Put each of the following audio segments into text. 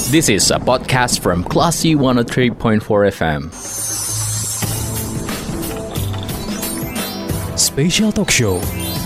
This is a podcast from Classy 103.4 FM. Special Talk Show.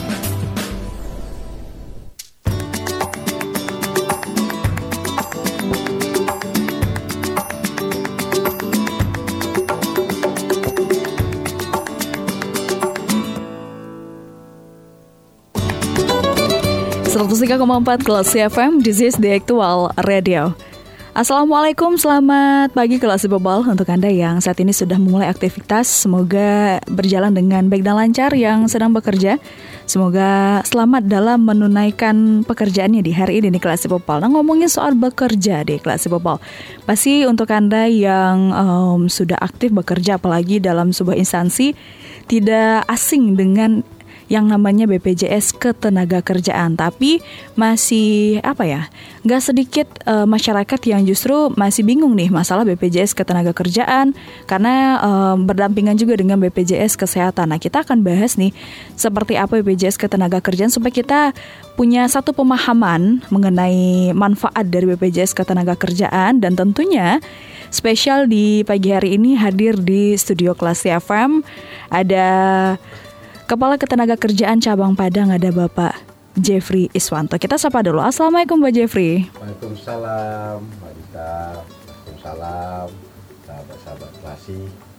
.4 Classy FM, this is the actual radio. Assalamualaikum, selamat pagi Classy Bobol untuk Anda yang saat ini sudah mulai aktivitas. Semoga berjalan dengan baik dan lancar yang sedang bekerja. Semoga selamat dalam menunaikan pekerjaannya di hari ini di Classy Bobol. Nah, ngomongin soal bekerja di Classy Bobol, pasti untuk Anda yang sudah aktif bekerja apalagi dalam sebuah instansi, tidak asing dengan yang namanya BPJS Ketenagakerjaan. Tapi masih nggak sedikit masyarakat yang justru masih bingung nih masalah BPJS Ketenagakerjaan karena berdampingan juga dengan BPJS Kesehatan. Nah, kita akan bahas nih seperti apa BPJS Ketenagakerjaan supaya kita punya satu pemahaman mengenai manfaat dari BPJS Ketenagakerjaan. Dan tentunya spesial di pagi hari ini hadir di studio Classy FM ada Kepala Ketenagakerjaan Cabang Padang, ada Bapak Jeffrey Iswanto. Kita sapa dulu. Assalamualaikum Pak Jeffrey. Waalaikumsalam Mbak Dita. Waalaikumsalam sahabat-sahabat Classy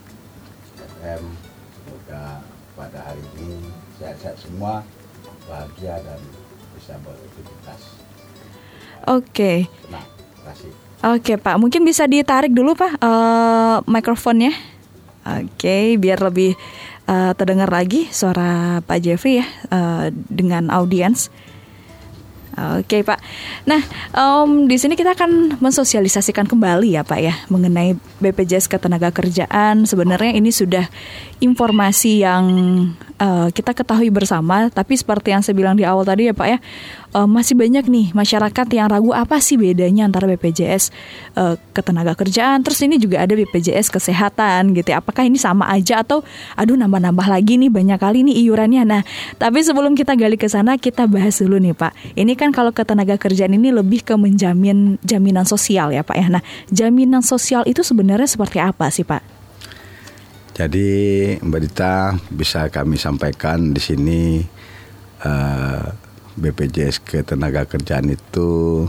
FM. Semoga pada hari ini sehat-sehat semua, bahagia dan bisa beraktivitas. Oke. Senang, terima kasih. Oke Pak, mungkin bisa ditarik dulu Pak mikrofonnya. Oke, biar lebih terdengar lagi suara Pak Jeffrey ya dengan audiens. Oke Pak. Nah, di sini kita akan mensosialisasikan kembali ya Pak ya mengenai BPJS Ketenagakerjaan. Sebenarnya ini sudah informasi yang kita ketahui bersama, tapi seperti yang saya bilang di awal tadi ya Pak ya, masih banyak nih masyarakat yang ragu apa sih bedanya antara BPJS Ketenagakerjaan, terus ini juga ada BPJS Kesehatan gitu. Apakah ini sama aja atau nambah-nambah lagi nih, banyak kali nih iurannya. Nah, tapi sebelum kita gali ke sana, kita bahas dulu nih Pak. Ini kan kalau ketenagakerjaan ini lebih ke menjamin jaminan sosial ya Pak ya. Nah, jaminan sosial itu sebenarnya seperti apa sih Pak? Jadi Mbak Dita, bisa kami sampaikan di sini BPJS Ketenagakerjaan itu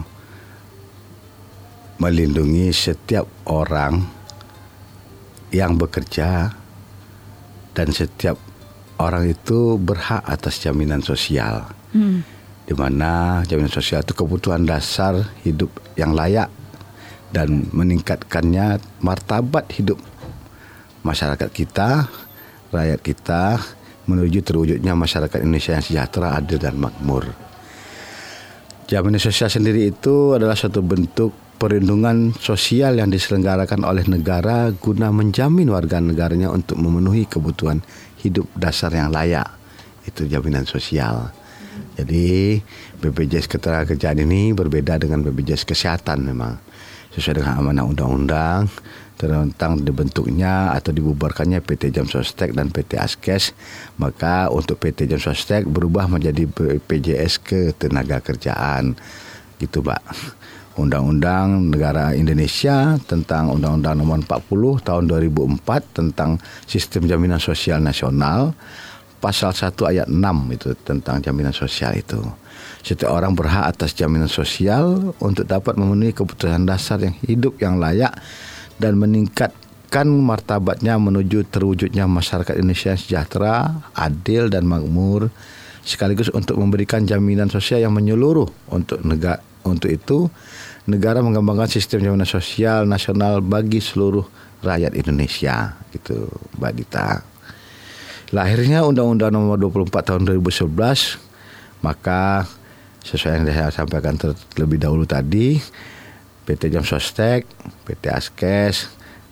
melindungi setiap orang yang bekerja dan setiap orang itu berhak atas jaminan sosial. Di mana jaminan sosial itu kebutuhan dasar hidup yang layak dan meningkatkannya martabat hidup masyarakat kita, rakyat kita, menuju terwujudnya masyarakat Indonesia yang sejahtera, adil dan makmur. Jaminan sosial sendiri itu adalah suatu bentuk perlindungan sosial yang diselenggarakan oleh negara guna menjamin warga negaranya untuk memenuhi kebutuhan hidup dasar yang layak. Itu jaminan sosial. Jadi BPJS Ketenagakerjaan ini berbeda dengan BPJS Kesehatan memang. Sesuai dengan amanah undang-undang tentang dibentuknya atau dibubarkannya PT Jam Sostek dan PT Askes, maka untuk PT Jam Sostek berubah menjadi BPJS Ketenagakerjaan gitu Pak. Undang-Undang Negara Indonesia tentang Undang-Undang Nomor 40 Tahun 2004 tentang Sistem Jaminan Sosial Nasional, Pasal 1 ayat 6 itu tentang jaminan sosial itu. Setiap orang berhak atas jaminan sosial untuk dapat memenuhi kebutuhan dasar yang hidup yang layak dan meningkatkan martabatnya menuju terwujudnya masyarakat Indonesia yang sejahtera, adil dan makmur, sekaligus untuk memberikan jaminan sosial yang menyeluruh untuk negara. Untuk itu, negara mengembangkan sistem jaminan sosial nasional bagi seluruh rakyat Indonesia, gitu, Mbak Dita. Lahirnya Undang-Undang Nomor 24 Tahun 2011, maka sesuai yang saya sampaikan terlebih dahulu tadi, PT Jam Sostek, PT Askes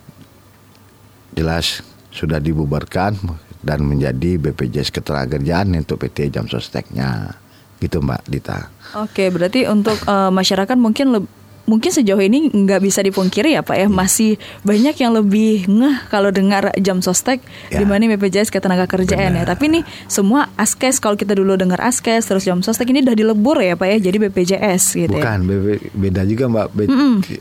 jelas sudah dibubarkan dan menjadi BPJS Ketenagakerjaan untuk PT Jam Sosteknya. Gitu Mbak Dita. Oke, berarti untuk masyarakat mungkin sejauh ini nggak bisa dipungkiri ya Pak ya, masih banyak yang lebih ngeh kalau dengar Jam Sostek dibanding BPJS Ketenagakerjaan ya. Tapi nih semua Askes, kalau kita dulu dengar Askes terus Jam Sostek ini udah dilebur ya Pak ya, jadi BPJS gitu. Bukan, ya. Beda juga Mbak.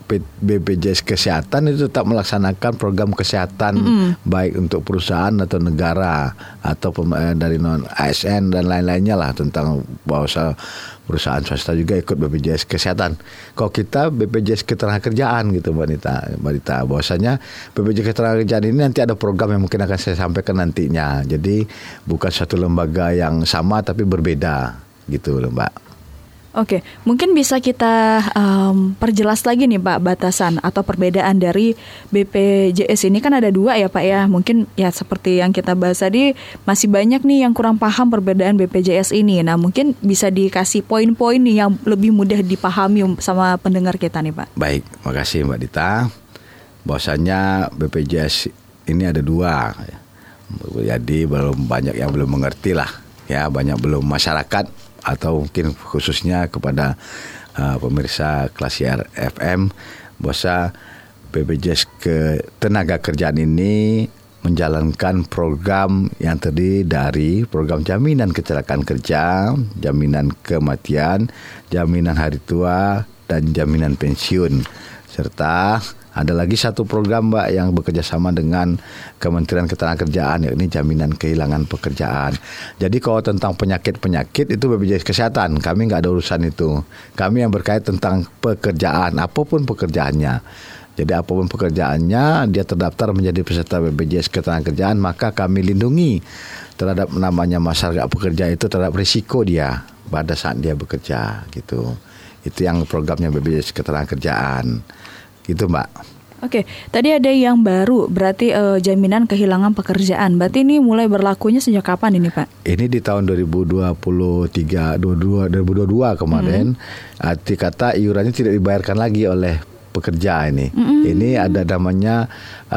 BPJS Kesehatan itu tetap melaksanakan program kesehatan baik untuk perusahaan atau negara atau dari non ASN dan lain-lainnya lah, tentang bahwa perusahaan swasta juga ikut BPJS Kesehatan. Kalau kita BPJS Ketenagakerjaan gitu Mbak Dita, bahwasanya BPJS Ketenagakerjaan ini nanti ada program yang mungkin akan saya sampaikan nantinya. Jadi bukan satu lembaga yang sama tapi berbeda gitu loh Mbak. Oke, mungkin bisa kita perjelas lagi nih Pak, batasan atau perbedaan dari BPJS ini. Kan ada 2 ya Pak ya. Mungkin ya seperti yang kita bahas tadi, masih banyak nih yang kurang paham perbedaan BPJS ini. Nah mungkin bisa dikasih poin-poin nih yang lebih mudah dipahami sama pendengar kita nih Pak. Baik, makasih Mbak Dita. Bahwasanya BPJS ini ada 2. Jadi belum banyak yang belum mengerti lah. Ya, banyak belum masyarakat atau mungkin khususnya kepada pemirsa Klasiar FM, bahwa BPJS Ketenagakerjaan ini menjalankan program yang terdiri dari program jaminan kecelakaan kerja, jaminan kematian, jaminan hari tua, dan jaminan pensiun. Serta ada lagi satu program Mbak yang bekerja sama dengan Kementerian Ketenagakerjaan, yakni jaminan kehilangan pekerjaan. Jadi kalau tentang penyakit-penyakit itu BPJS Kesehatan, kami nggak ada urusan itu. Kami yang berkait tentang pekerjaan, apapun pekerjaannya. Jadi apapun pekerjaannya, dia terdaftar menjadi peserta BPJS Ketenagakerjaan, maka kami lindungi terhadap namanya masyarakat pekerja itu terhadap risiko dia pada saat dia bekerja gitu. Itu yang programnya BPJS Ketenagakerjaan. Gitu Mbak. Oke, tadi ada yang baru, berarti jaminan kehilangan pekerjaan. Berarti ini mulai berlakunya sejak kapan ini Pak? Ini di tahun 2022 kemarin. Arti kata iurannya tidak dibayarkan lagi oleh pekerja ini. Ini ada namanya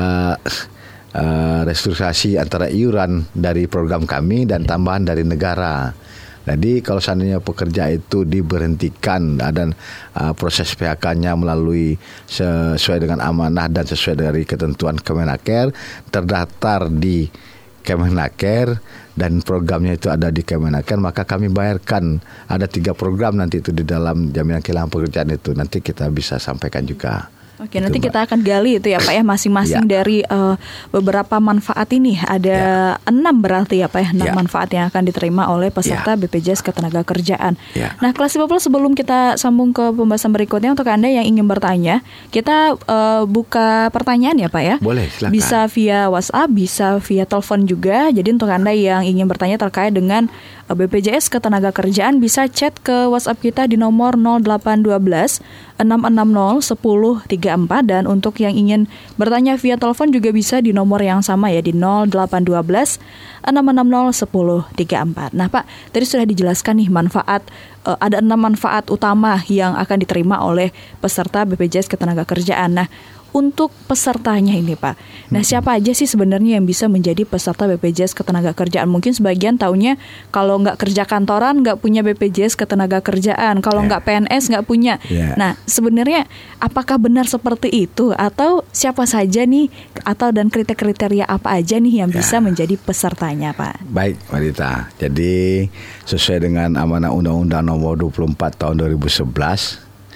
restrukturisasi antara iuran dari program kami dan tambahan dari negara. Jadi kalau seandainya pekerja itu diberhentikan dan proses PHK-nya melalui sesuai dengan amanah dan sesuai dari ketentuan Kemenaker, terdaftar di Kemenaker dan programnya itu ada di Kemenaker, maka kami bayarkan. Ada 3 program nanti itu di dalam jaminan kehilangan pekerjaan itu. Nanti kita bisa sampaikan juga. Oke, nanti kita akan gali itu ya Pak ya, masing-masing dari beberapa manfaat ini. Ada 6 berarti ya Pak ya, 6 manfaat yang akan diterima oleh peserta BPJS Ketenagakerjaan. Nah, Kelas People, sebelum kita sambung ke pembahasan berikutnya, untuk Anda yang ingin bertanya, kita buka pertanyaan ya Pak ya. Boleh, silakan. Bisa via WhatsApp, bisa via telepon juga. Jadi untuk Anda yang ingin bertanya terkait dengan BPJS Ketenagakerjaan, bisa chat ke WhatsApp kita di nomor 0812 660 1034, dan untuk yang ingin bertanya via telepon juga bisa di nomor yang sama ya, di 0812 660 1034. Nah Pak, tadi sudah dijelaskan nih manfaat, ada 6 manfaat utama yang akan diterima oleh peserta BPJS Ketenagakerjaan. Nah, untuk pesertanya ini Pak, nah siapa aja sih sebenarnya yang bisa menjadi peserta BPJS Ketenagakerjaan? Mungkin sebagian taunya kalau nggak kerja kantoran nggak punya BPJS Ketenagakerjaan, kalau nggak PNS nggak punya. Nah sebenarnya apakah benar seperti itu, atau siapa saja nih, atau dan kriteria apa aja nih yang bisa menjadi pesertanya Pak? Baik Mbak Dita, jadi sesuai dengan amanah Undang-Undang Nomor 24 Tahun 2011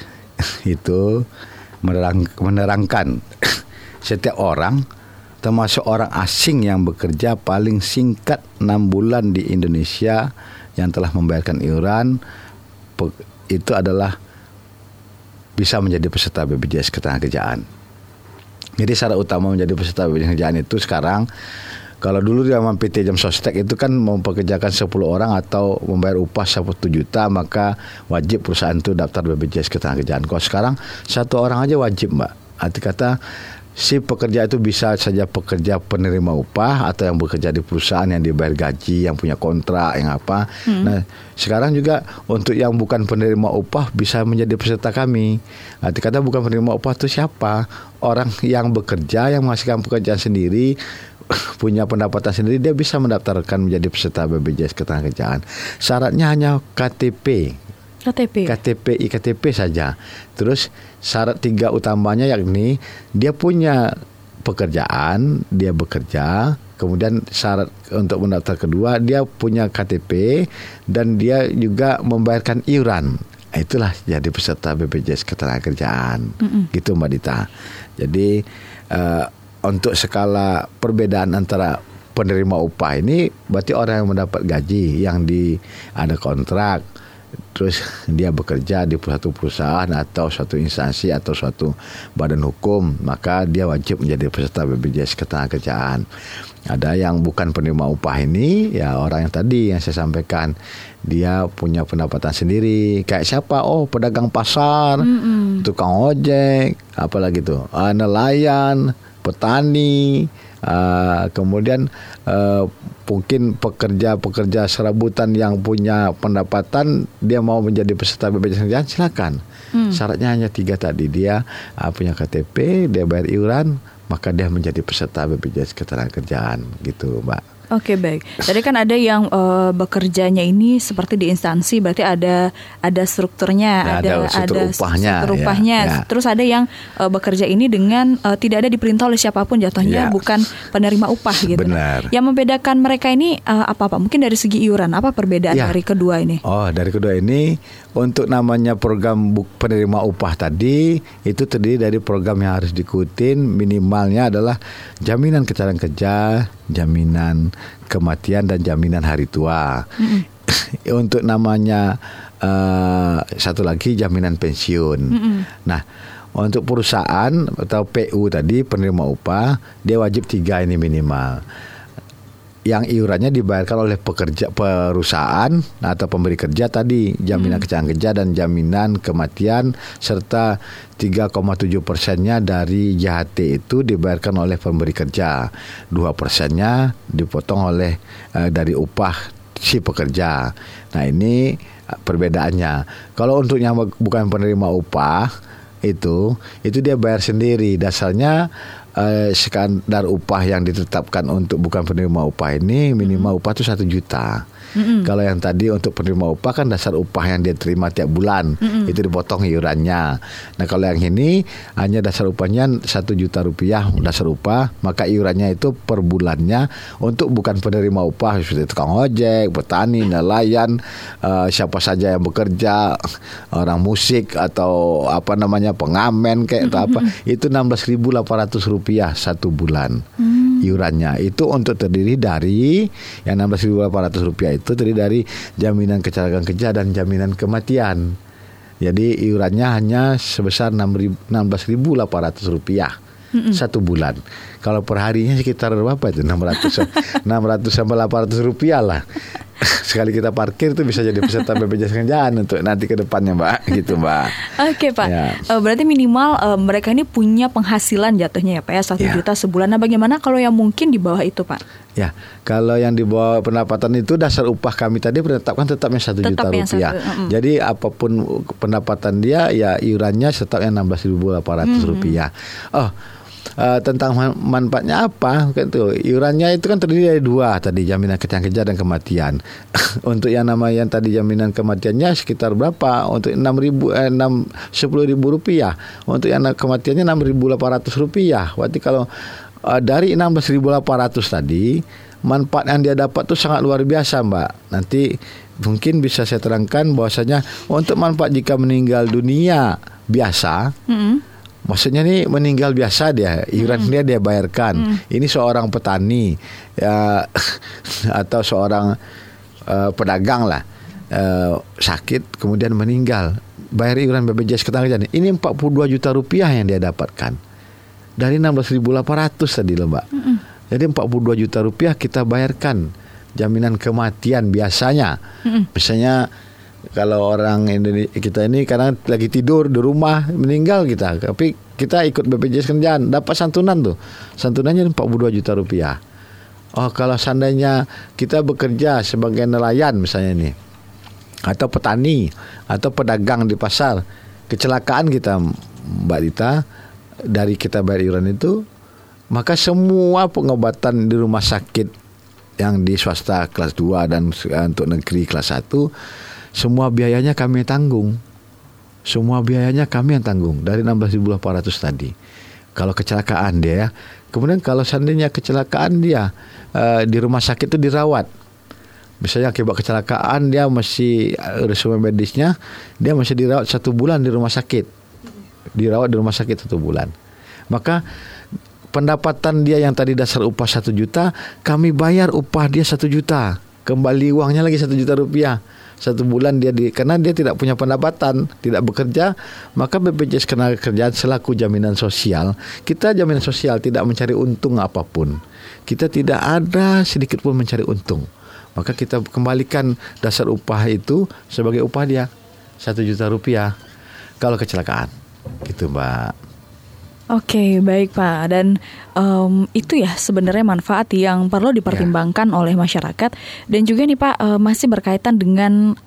itu menerangkan setiap orang, termasuk orang asing yang bekerja paling singkat 6 bulan di Indonesia yang telah membayarkan iuran, itu adalah bisa menjadi peserta BPJS Ketenagakerjaan. Jadi syarat utama menjadi peserta BPJS Ketenagakerjaan itu sekarang, kalau dulu di zaman PT Jam Sostek itu kan mempekerjakan 10 orang atau membayar upah 1 juta, maka wajib perusahaan itu daftar BPJS Ketenagakerjaan. Kalau sekarang 1 orang aja wajib Mbak. Arti kata si pekerja itu bisa saja pekerja penerima upah atau yang bekerja di perusahaan yang dibayar gaji, yang punya kontrak, yang apa. Nah sekarang juga untuk yang bukan penerima upah bisa menjadi peserta kami. Arti kata bukan penerima upah itu siapa? Orang yang bekerja, yang menghasilkan pekerjaan sendiri, punya pendapatan sendiri, dia bisa mendaftarkan menjadi peserta BPJS Ketenagakerjaan. Syaratnya hanya KTP, IKTP saja. Terus syarat 3 utamanya yakni dia punya pekerjaan, dia bekerja. Kemudian syarat untuk mendaftar kedua, dia punya KTP dan dia juga membayarkan iuran. itulah jadi peserta BPJS Ketenagakerjaan. Gitu Mbak Dita. Jadi untuk skala perbedaan antara penerima upah ini berarti orang yang mendapat gaji yang ada kontrak, terus dia bekerja di suatu perusahaan atau suatu instansi atau suatu badan hukum, maka dia wajib menjadi peserta BPJS Ketenagakerjaan. Ada yang bukan penerima upah ini, ya orang yang tadi yang saya sampaikan, dia punya pendapatan sendiri. Kayak siapa? Oh, pedagang pasar, tukang ojek, apalagi tuh, nelayan, petani, kemudian mungkin pekerja serabutan yang punya pendapatan, dia mau menjadi peserta BPJS Ketenagakerjaan, silakan. Syaratnya hanya 3 tadi, dia punya KTP, dia bayar iuran, maka dia menjadi peserta BPJS Ketenagakerjaan, gitu Mbak. Oke, baik. Tadi kan ada yang bekerjanya ini seperti di instansi, berarti ada strukturnya, ada struktur upahnya. Ya. Terus ada yang bekerja ini dengan tidak ada diperintah oleh siapapun, jatuhnya bukan penerima upah gitu. Benar. Yang membedakan mereka ini apa Pak? Mungkin dari segi iuran, apa perbedaan dari kedua ini? Oh, dari kedua ini untuk namanya program penerima upah tadi itu terdiri dari program yang harus diikutin, minimalnya adalah jaminan kecelakaan kerja, jaminan kematian dan jaminan hari tua. Untuk namanya satu lagi jaminan pensiun. Nah, untuk perusahaan atau PU tadi penerima upah, dia wajib 3 ini minimal. Yang iurannya dibayarkan oleh perusahaan atau pemberi kerja tadi, jaminan kecelakaan kerja dan jaminan kematian, serta 3,7%-nya dari JHT itu dibayarkan oleh pemberi kerja, 2%-nya dipotong oleh dari upah si pekerja. Nah, ini perbedaannya. Kalau untuk yang bukan penerima upah itu dia bayar sendiri. Dasarnya standar upah yang ditetapkan untuk bukan penerima upah ini minimal upah itu 1 juta. Kalau yang tadi untuk penerima upah kan dasar upah yang dia terima tiap bulan, itu dipotong iurannya. Nah, kalau yang ini hanya dasar upahnya 1 juta rupiah dasar upah, maka iurannya itu per bulannya untuk bukan penerima upah seperti tukang ojek, petani, nelayan, siapa saja yang bekerja, orang musik atau pengamen kayak atau apa, itu 16.800 rupiah 1 bulan. Iurannya itu untuk terdiri dari yang 16.800 rupiah itu terdiri dari jaminan kecelakaan kerja dan jaminan kematian. Jadi iurannya hanya sebesar 16.800 rupiah 1 bulan. Kalau per harinya sekitar berapa itu? 600 sampai 800 rupiah lah. Sekali kita parkir itu bisa jadi peserta BPJS Ketenagakerjaan untuk nanti ke depannya Mbak, gitu Mbak. Oke Pak, berarti minimal mereka ini punya penghasilan jatuhnya ya Pak ya, 1 juta sebulan. Nah, bagaimana kalau yang mungkin di bawah itu Pak? Ya, kalau yang di bawah pendapatan itu dasar upah kami tadi ditetapkan tetapnya 1 juta rupiah. Jadi apapun pendapatan dia, ya iurannya tetapnya 16.800 rupiah. Tentang manfaatnya apa? Iurannya itu kan terdiri dari 2 tadi, jaminan kecelakaan kerja dan kematian. Untuk yang namanya tadi jaminan kematiannya sekitar berapa? Untuk 10.000 rupiah. Untuk yang kematiannya 6.800 rupiah. Berarti kalau dari 16.800 tadi, manfaat yang dia dapat tuh sangat luar biasa Mbak. Nanti mungkin bisa saya terangkan bahwasanya untuk manfaat jika meninggal dunia biasa, maksudnya nih meninggal biasa dia, iuran dia bayarkan. Ini seorang petani ya, atau seorang pedagang lah, sakit kemudian meninggal, bayar iuran BPJS Ketenagakerjaan. Ini 42 juta rupiah yang dia dapatkan dari 16.800 tadi loh Mbak. Jadi 42 juta rupiah kita bayarkan jaminan kematian biasanya. Misalnya kalau orang Indonesia kita ini karena lagi tidur di rumah meninggal kita, tapi kita ikut BPJS Ketenagakerjaan dapat santunan tuh. Santunannya 42 juta rupiah. Oh, kalau seandainya kita bekerja sebagai nelayan misalnya nih, atau petani atau pedagang di pasar, kecelakaan kita Mbak Dita, dari kita bayar iuran itu, maka semua pengobatan di rumah sakit yang di swasta kelas 2 dan untuk negeri kelas 1, semua biayanya kami tanggung. Semua biayanya kami yang tanggung dari 16.800 tadi. Kalau kecelakaan dia, kemudian kalau seandainya kecelakaan dia di rumah sakit itu dirawat, Misalnya akibat kecelakaan dia masih resume medisnya, dia masih dirawat 1 bulan di rumah sakit. Dirawat di rumah sakit 1 bulan. Maka pendapatan dia yang tadi dasar upah 1 juta, kami bayar upah dia 1 juta. Kembali uangnya lagi 1 juta rupiah. 1 bulan karena dia tidak punya pendapatan, tidak bekerja, maka BPJS Ketenagakerjaan selaku jaminan sosial, kita jaminan sosial tidak mencari untung apapun. Kita tidak ada sedikit pun mencari untung. Maka kita kembalikan dasar upah itu sebagai upah dia 1 juta rupiah kalau kecelakaan. Gitu, Mbak. Oke, baik Pak. Dan itu ya sebenarnya manfaat yang perlu dipertimbangkan oleh masyarakat. Dan juga nih Pak, masih berkaitan dengan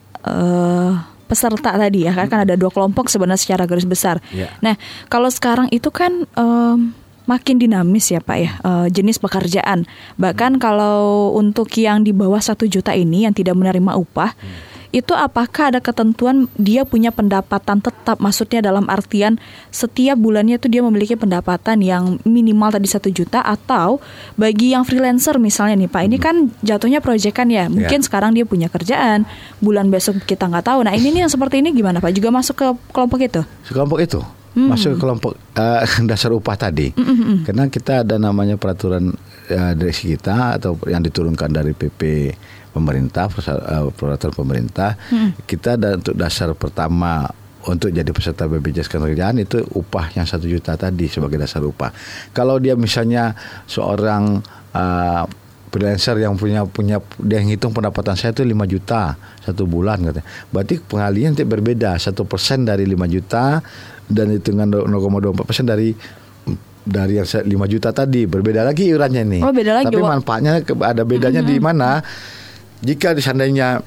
peserta tadi ya, kan ada 2 kelompok sebenarnya secara garis besar. Nah, kalau sekarang itu kan makin dinamis ya Pak ya, jenis pekerjaan. Bahkan kalau untuk yang di bawah 1 juta ini yang tidak menerima upah, itu apakah ada ketentuan dia punya pendapatan tetap? Maksudnya dalam artian setiap bulannya itu dia memiliki pendapatan yang minimal tadi 1 juta, atau bagi yang freelancer misalnya nih Pak, ini kan jatuhnya proyekan ya. Mungkin sekarang dia punya kerjaan, bulan besok kita nggak tahu. Nah ini nih yang seperti ini gimana Pak? Juga masuk ke kelompok itu? Kelompok itu masuk ke kelompok dasar upah tadi. Karena kita ada namanya peraturan direksi kita atau yang diturunkan dari PP pemerintah, peraturan pemerintah. Kita ada untuk dasar pertama untuk jadi peserta BPJS Ketenagakerjaan itu upah yang 1 juta tadi sebagai dasar upah. Kalau dia misalnya seorang freelancer yang punya dia ngitung pendapatan saya itu 5 juta 1 bulan katanya. Berarti pengalihan nanti berbeda, 1% dari 5 juta dan hitungan 0,24% dari yang 5 juta tadi. Berbeda lagi iurannya nih. Oh, beda lagi. Tapi manfaatnya ada bedanya di mana? Jika seandainya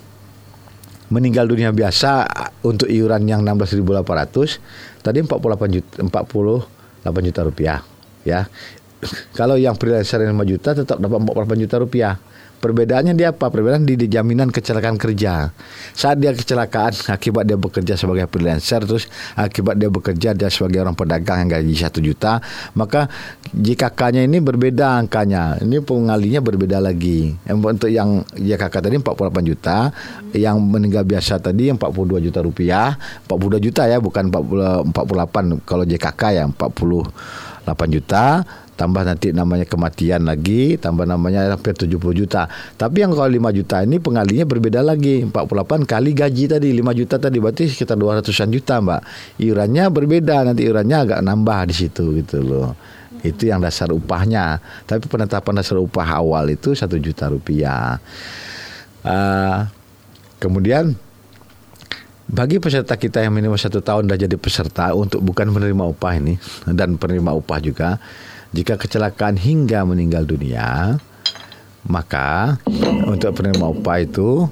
meninggal dunia biasa untuk iuran yang 16.800 tadi 48 juta rupiah ya. Kalau yang freelancer yang 5 juta tetap dapat 48 juta rupiah. Perbedaannya dia apa? Perbedaan di jaminan kecelakaan kerja. Saat dia kecelakaan akibat dia bekerja sebagai freelancer, terus akibat dia bekerja dia sebagai orang pedagang yang gaji 1 juta, maka JKK-nya ini berbeda angkanya. Ini pengalinya berbeda lagi. Untuk yang JKK tadi 48 juta, yang meninggal biasa tadi 42 juta rupiah. 42 juta ya, bukan 48 kalau JKK ya, 48 juta. Tambah nanti namanya kematian lagi, tambah namanya hampir 70 juta. Tapi yang kalau 5 juta ini pengalinya berbeda lagi. 48 kali gaji tadi, 5 juta tadi berarti sekitar 200-an juta, Mbak. Iurannya berbeda, nanti iurannya agak nambah di situ gitu loh. Itu yang dasar upahnya. Tapi penetapan dasar upah awal itu 1 juta rupiah. Kemudian bagi peserta kita yang minimal 1 tahun dah jadi peserta untuk bukan menerima upah ini dan penerima upah juga, jika kecelakaan hingga meninggal dunia, maka untuk penerima upah itu,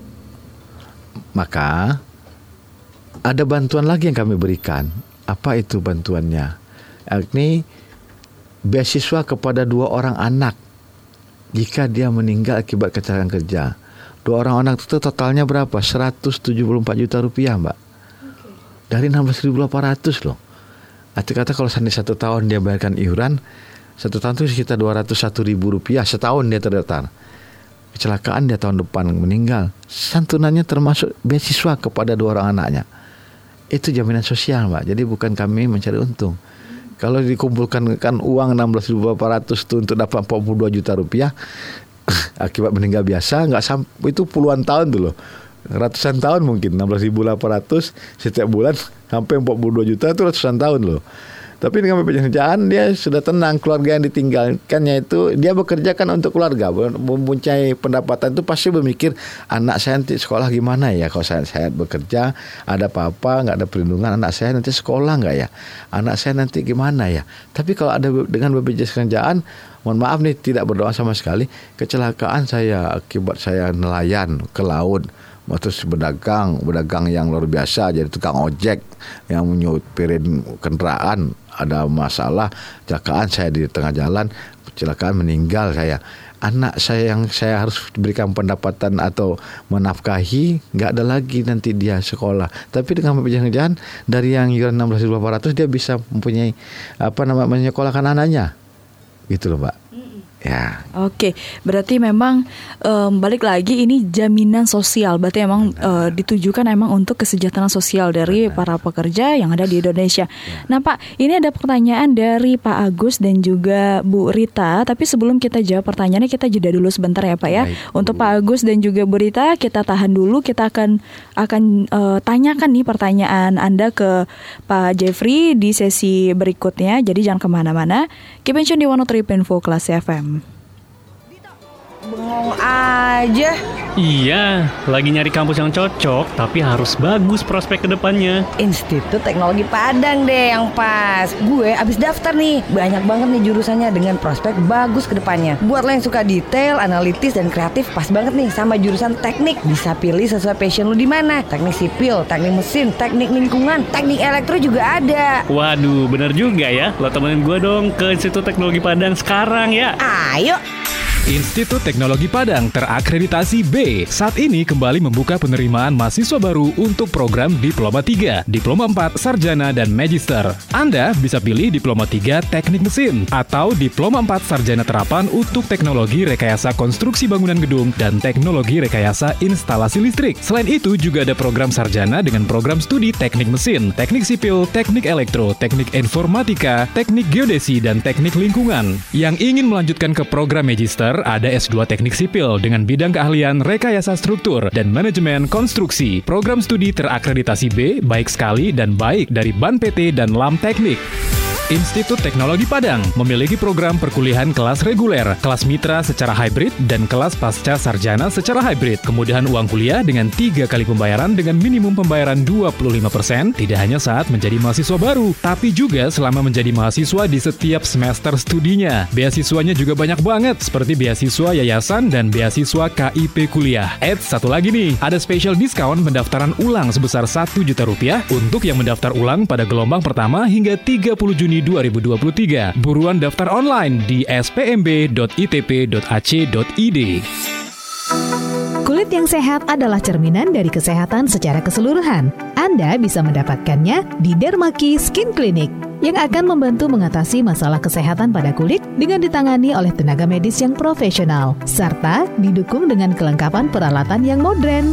maka ada bantuan lagi yang kami berikan. Apa itu bantuannya? Yakni beasiswa kepada 2 orang anak jika dia meninggal akibat kecelakaan kerja. 2 orang anak itu totalnya berapa? 174 juta rupiah, Mbak. Dari 16.800 loh. Arti kata kalau seandainya 1 tahun dia bayarkan iuran, 1 tahun itu sekitar 201 ribu rupiah setahun dia terdaftar. Kecelakaan dia tahun depan meninggal, santunannya termasuk beasiswa kepada 2 orang anaknya. Itu jaminan sosial, Mbak. Jadi bukan kami mencari untung. Kalau dikumpulkan kan uang 16.800 itu untuk dapat 42 juta rupiah akibat meninggal biasa, nggak sampai itu puluhan tahun tuh loh. Ratusan tahun mungkin, 16.800 setiap bulan sampai 42 juta itu ratusan tahun loh. Tapi dengan BPJS Ketenagakerjaan dia sudah tenang, keluarga yang ditinggalkannya itu dia bekerja kan untuk keluarga, mempunyai pendapatan itu pasti berpikir anak saya nanti sekolah gimana ya, kalau saya bekerja ada apa-apa nggak ada perlindungan, anak saya nanti sekolah nggak ya, anak saya nanti gimana ya. Tapi kalau ada dengan BPJS Ketenagakerjaan, mohon maaf nih tidak berdoa sama sekali, kecelakaan saya akibat saya nelayan ke laut, terus berdagang yang luar biasa, jadi tukang ojek yang menyupirin kendaraan, ada masalah, kecelakaan saya di tengah jalan, kecelakaan meninggal saya. Anak saya yang saya harus berikan pendapatan atau menafkahi, nggak ada lagi nanti dia sekolah. Tapi dengan BPJS Ketenagakerjaan dari yang iuran 16.800 dia bisa mempunyai menyekolahkan anaknya. Gitu loh, Mbak. Ya. Oke, berarti memang balik lagi ini jaminan sosial. Berarti memang ditujukan memang untuk kesejahteraan sosial dari para pekerja yang ada di Indonesia. Nah Pak, ini ada pertanyaan dari Pak Agus dan juga Bu Rita. Tapi sebelum kita jawab pertanyaannya, kita jeda dulu sebentar ya Pak ya. Baik, untuk Pak Agus dan juga Bu Rita, kita tahan dulu. Kita akan tanyakan nih pertanyaan Anda ke Pak Jeffrey di sesi berikutnya. Jadi jangan kemana-mana. Keep in tune di 103.4 Kelas FM. Bengong aja. Iya, lagi nyari kampus yang cocok, tapi harus bagus prospek kedepannya. Institut Teknologi Padang deh yang pas. Gue abis daftar nih, banyak banget nih jurusannya dengan prospek bagus ke depannya. Buat lo yang suka detail, analitis, dan kreatif, pas banget nih sama jurusan teknik. Bisa pilih sesuai passion lo di mana. Teknik sipil, teknik mesin, teknik lingkungan, teknik elektro juga ada. Waduh, bener juga ya. Lo temenin gue dong ke Institut Teknologi Padang sekarang ya. Ayo. Institut Teknologi Padang terakreditasi B saat ini kembali membuka penerimaan mahasiswa baru untuk program Diploma 3, Diploma 4, Sarjana, dan Magister. Anda bisa pilih Diploma 3 Teknik Mesin atau Diploma 4 Sarjana Terapan untuk Teknologi Rekayasa Konstruksi Bangunan Gedung dan Teknologi Rekayasa Instalasi Listrik. Selain itu juga ada program Sarjana dengan program studi Teknik Mesin, Teknik Sipil, Teknik Elektro, Teknik Informatika, Teknik Geodesi, dan Teknik Lingkungan. Yang ingin melanjutkan ke program Magister ada S2 Teknik Sipil dengan bidang keahlian rekayasa struktur dan manajemen konstruksi. Program studi terakreditasi B, baik sekali dan baik dari BAN PT dan LAM Teknik. Institut Teknologi Padang memiliki program perkuliahan kelas reguler, kelas mitra secara hybrid, dan kelas pasca sarjana secara hybrid. Kemudahan uang kuliah dengan 3 kali pembayaran dengan minimum pembayaran 25%, tidak hanya saat menjadi mahasiswa baru, tapi juga selama menjadi mahasiswa di setiap semester studinya. Beasiswanya juga banyak banget, seperti beasiswa yayasan dan beasiswa KIP kuliah. Satu lagi nih, ada special diskon pendaftaran ulang sebesar Rp1.000.000 untuk yang mendaftar ulang pada gelombang pertama hingga 30 Juni 2023. Buruan daftar online di spmb.itp.ac.id. Kulit yang sehat adalah cerminan dari kesehatan secara keseluruhan. Anda bisa mendapatkannya di Dermaki Skin Clinic yang akan membantu mengatasi masalah kesehatan pada kulit dengan ditangani oleh tenaga medis yang profesional serta didukung dengan kelengkapan peralatan yang modern.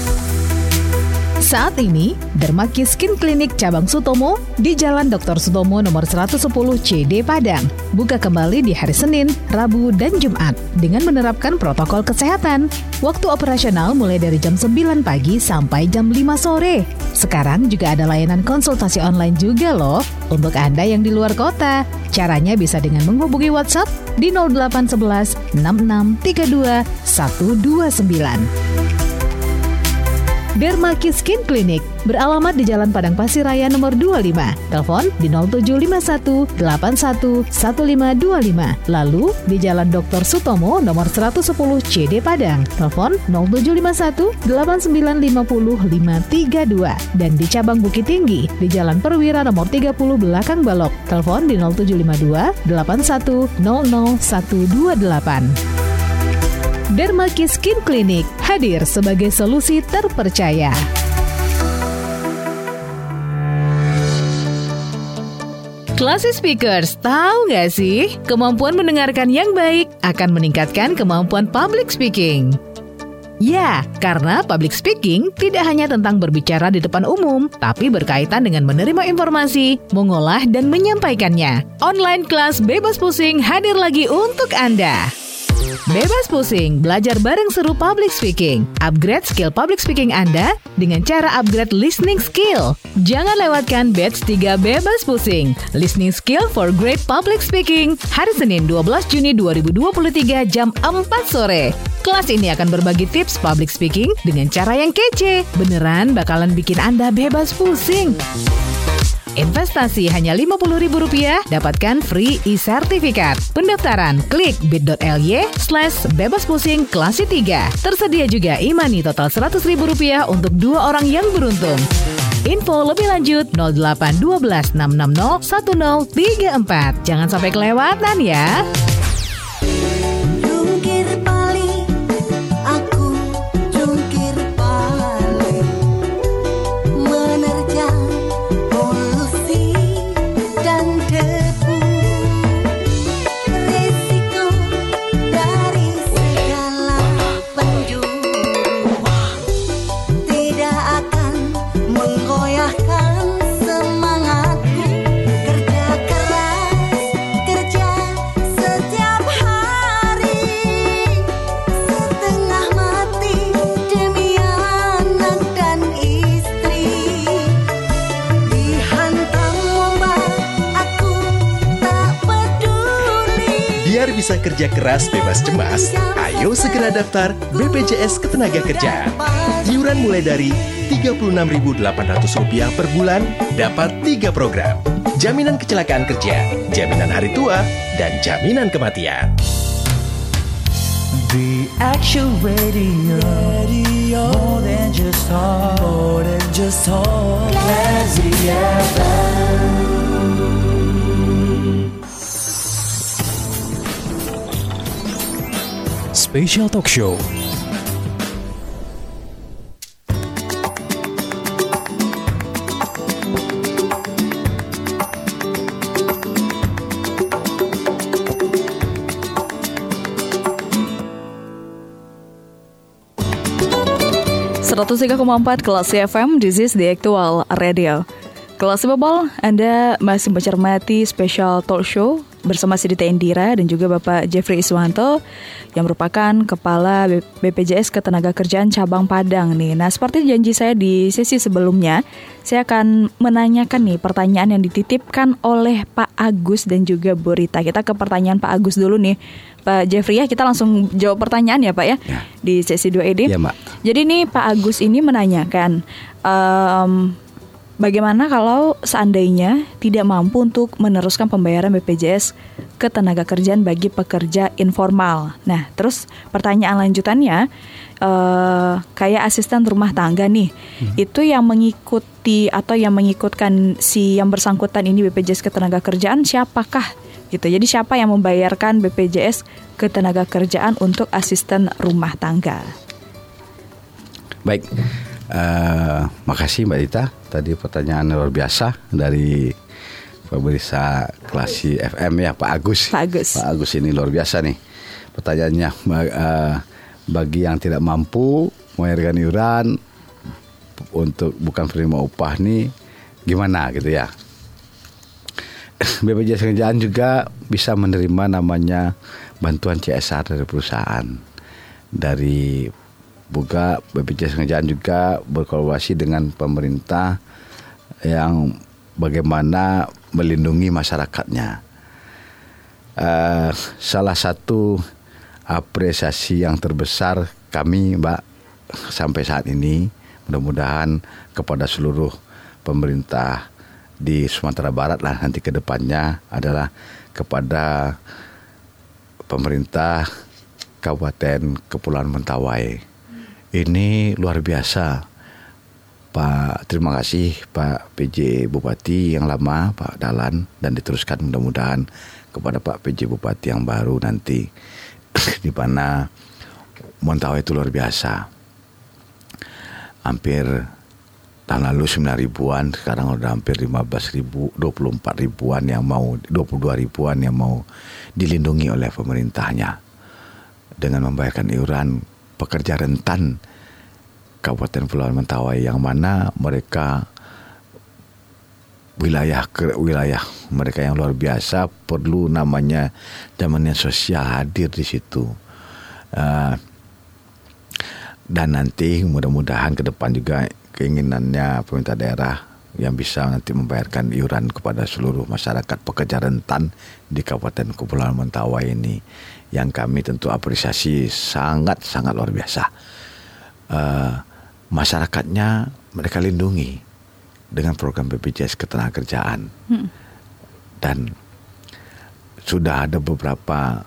Saat ini, Dermaki Skin Clinic Cabang Sutomo di Jalan Dr. Sutomo nomor 110 CD Padang. Buka kembali di hari Senin, Rabu, dan Jumat dengan menerapkan protokol kesehatan. Waktu operasional mulai dari jam 9 pagi sampai jam 5 sore. Sekarang juga ada layanan konsultasi online juga loh untuk Anda yang di luar kota. Caranya bisa dengan menghubungi WhatsApp di 0811 6632 129. Dermaki Skin Clinic beralamat di Jalan Padang Pasir Raya nomor 25. Telepon di 0751 81 1525. Lalu di Jalan Dr. Sutomo nomor 110 CD Padang. Telepon 0751 8950 532. Dan di Cabang Bukit Tinggi di Jalan Perwira nomor 30 Belakang Balok. Telepon di 0752 81 00128. Dermaki Skin Clinic hadir sebagai solusi terpercaya. Classy Speakers, tahu nggak sih? Kemampuan mendengarkan yang baik akan meningkatkan kemampuan public speaking. Ya, karena public speaking tidak hanya tentang berbicara di depan umum, tapi berkaitan dengan menerima informasi, mengolah, dan menyampaikannya. Online kelas bebas pusing hadir lagi untuk Anda. Bebas pusing, belajar bareng seru public speaking. Upgrade skill public speaking Anda dengan cara upgrade listening skill. Jangan lewatkan batch 3 bebas pusing. Listening skill for great public speaking. Hari Senin 12 Juni 2023 jam 4 sore. Kelas ini akan berbagi tips public speaking dengan cara yang kece. Beneran bakalan bikin Anda bebas pusing. Investasi hanya Rp50.000, dapatkan free e-sertifikat. Pendaftaran klik bit.ly/bebaspusing klasi 3. Tersedia juga e-money total Rp100.000 untuk 2 orang yang beruntung. Info lebih lanjut 0812 660 1034. Jangan sampai kelewatan ya. Biar bisa kerja keras bebas cemas, ayo segera daftar BPJS Ketenagakerjaan. Iuran mulai dari Rp36.800 per bulan, dapat 3 program. Jaminan kecelakaan kerja, jaminan hari tua, dan jaminan kematian. The Action Radio, more than just talk, Classy FM. Special Talk Show. Kelas FM, this is the actual radio. Kelas Bebal, Anda masih mencermati Special Talk Show bersama Sidita Indira dan juga Bapak Jeffrey Iswanto yang merupakan Kepala BPJS Ketenagakerjaan Cabang Padang nih. Nah, seperti janji saya di sesi sebelumnya, saya akan menanyakan nih pertanyaan yang dititipkan oleh Pak Agus dan juga Bu Rita. Kita ke pertanyaan Pak Agus dulu nih. Pak Jeffrey ya, kita langsung jawab pertanyaan ya Pak ya, di sesi 2 ini. Ya, Mbak. Jadi nih Pak Agus ini menanyakan, bagaimana kalau seandainya tidak mampu untuk meneruskan pembayaran BPJS Ketenagakerjaan bagi pekerja informal. Nah, terus pertanyaan lanjutannya, kayak asisten rumah tangga nih, itu yang mengikuti atau yang mengikutkan si yang bersangkutan ini BPJS Ketenagakerjaan siapakah? Gitu. Jadi siapa yang membayarkan BPJS Ketenagakerjaan untuk asisten rumah tangga? Baik. Makasih Mbak Dita. Tadi pertanyaan luar biasa dari pemirsa Classy FM ya, Pak Agus. Pak Agus ini luar biasa nih pertanyaannya. Bagi yang tidak mampu membayarkan iuran untuk bukan penerima upah nih, gimana gitu ya? BPJS Ketenagakerjaan juga bisa menerima namanya bantuan CSR dari perusahaan. Dari buka BPJS Ketenagakerjaan juga berkolaborasi dengan pemerintah yang bagaimana melindungi masyarakatnya. Salah satu apresiasi yang terbesar kami, Mbak, sampai saat ini, mudah-mudahan kepada seluruh pemerintah di Sumatera Barat lah nanti ke depannya adalah kepada pemerintah Kabupaten Kepulauan Mentawai. Ini luar biasa, Pak. Terima kasih Pak PJ Bupati yang lama, Pak Dahlan, dan diteruskan mudah-mudahan kepada Pak PJ Bupati yang baru nanti, di mana Mentawai itu luar biasa. Hampir tahun lalu 9.000-an, sekarang udah hampir 15.000, 24 ribuan yang mau, 22 ribuan yang mau dilindungi oleh pemerintahnya dengan membayarkan iuran pekerja rentan Kabupaten Kepulauan Mentawai, yang mana mereka wilayah mereka yang luar biasa, perlu namanya jaminan sosial hadir di situ. Dan nanti mudah-mudahan ke depan juga keinginannya pemerintah daerah yang bisa nanti membayarkan iuran kepada seluruh masyarakat pekerja rentan di Kabupaten Kepulauan Mentawai ini, yang kami tentu apresiasi sangat-sangat luar biasa. Masyarakatnya mereka lindungi dengan program BPJS Ketenagakerjaan. Dan sudah ada beberapa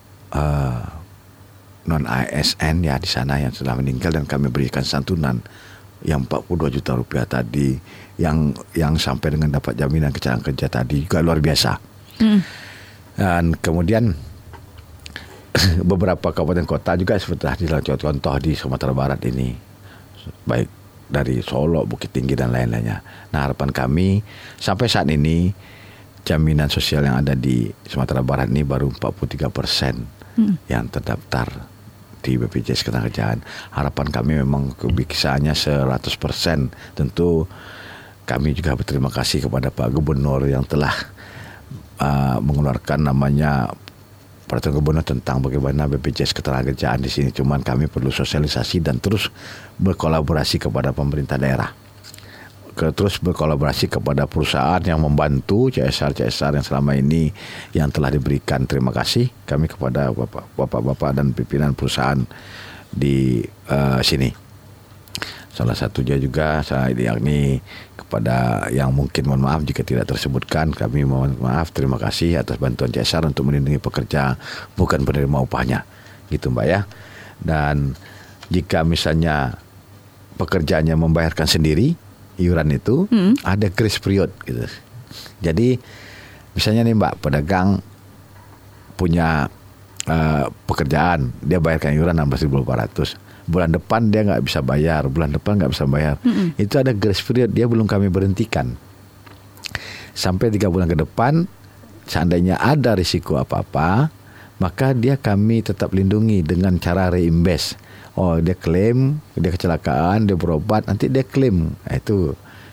non-ASN ya di sana yang sudah meninggal, dan kami berikan santunan yang 42 juta rupiah tadi, yang sampai dengan dapat jaminan kecelakaan kerja tadi juga luar biasa. Dan kemudian beberapa kabupaten kota juga sudah dilakukan contoh di Sumatera Barat ini, baik dari Solo, Bukit Tinggi dan lain-lainnya. Nah, harapan kami sampai saat ini jaminan sosial yang ada di Sumatera Barat ini baru 43% yang terdaftar di BPJS Ketenagakerjaan. Harapan kami memang kebisaannya 100%. Tentu kami juga berterima kasih kepada Pak Gubernur yang telah mengeluarkan namanya peraturan gubernur tentang bagaimana BPJS Ketenagakerjaan di sini. Cuman kami perlu sosialisasi dan terus berkolaborasi kepada pemerintah daerah. terus berkolaborasi kepada perusahaan yang membantu CSR yang selama ini yang telah diberikan. Terima kasih kami kepada bapak-bapak dan pimpinan perusahaan di sini. Salah satunya juga saya yakni kepada yang mungkin mohon maaf jika tidak tersebutkan, kami mohon maaf, terima kasih atas bantuan CSR untuk melindungi pekerja bukan penerima upahnya, gitu Mbak ya. Dan jika misalnya pekerjaannya membayarkan sendiri iuran itu, ada grace period gitu. Jadi misalnya nih Mbak, pedagang punya pekerjaan, dia bayarkan iuran 16.400. Bulan depan dia nggak bisa bayar, itu ada grace period, dia belum kami berhentikan sampai 3 bulan ke depan. Seandainya ada risiko apa-apa, maka dia kami tetap lindungi dengan cara reimbase. Oh, dia klaim, dia kecelakaan, dia berobat, nanti dia klaim. Itu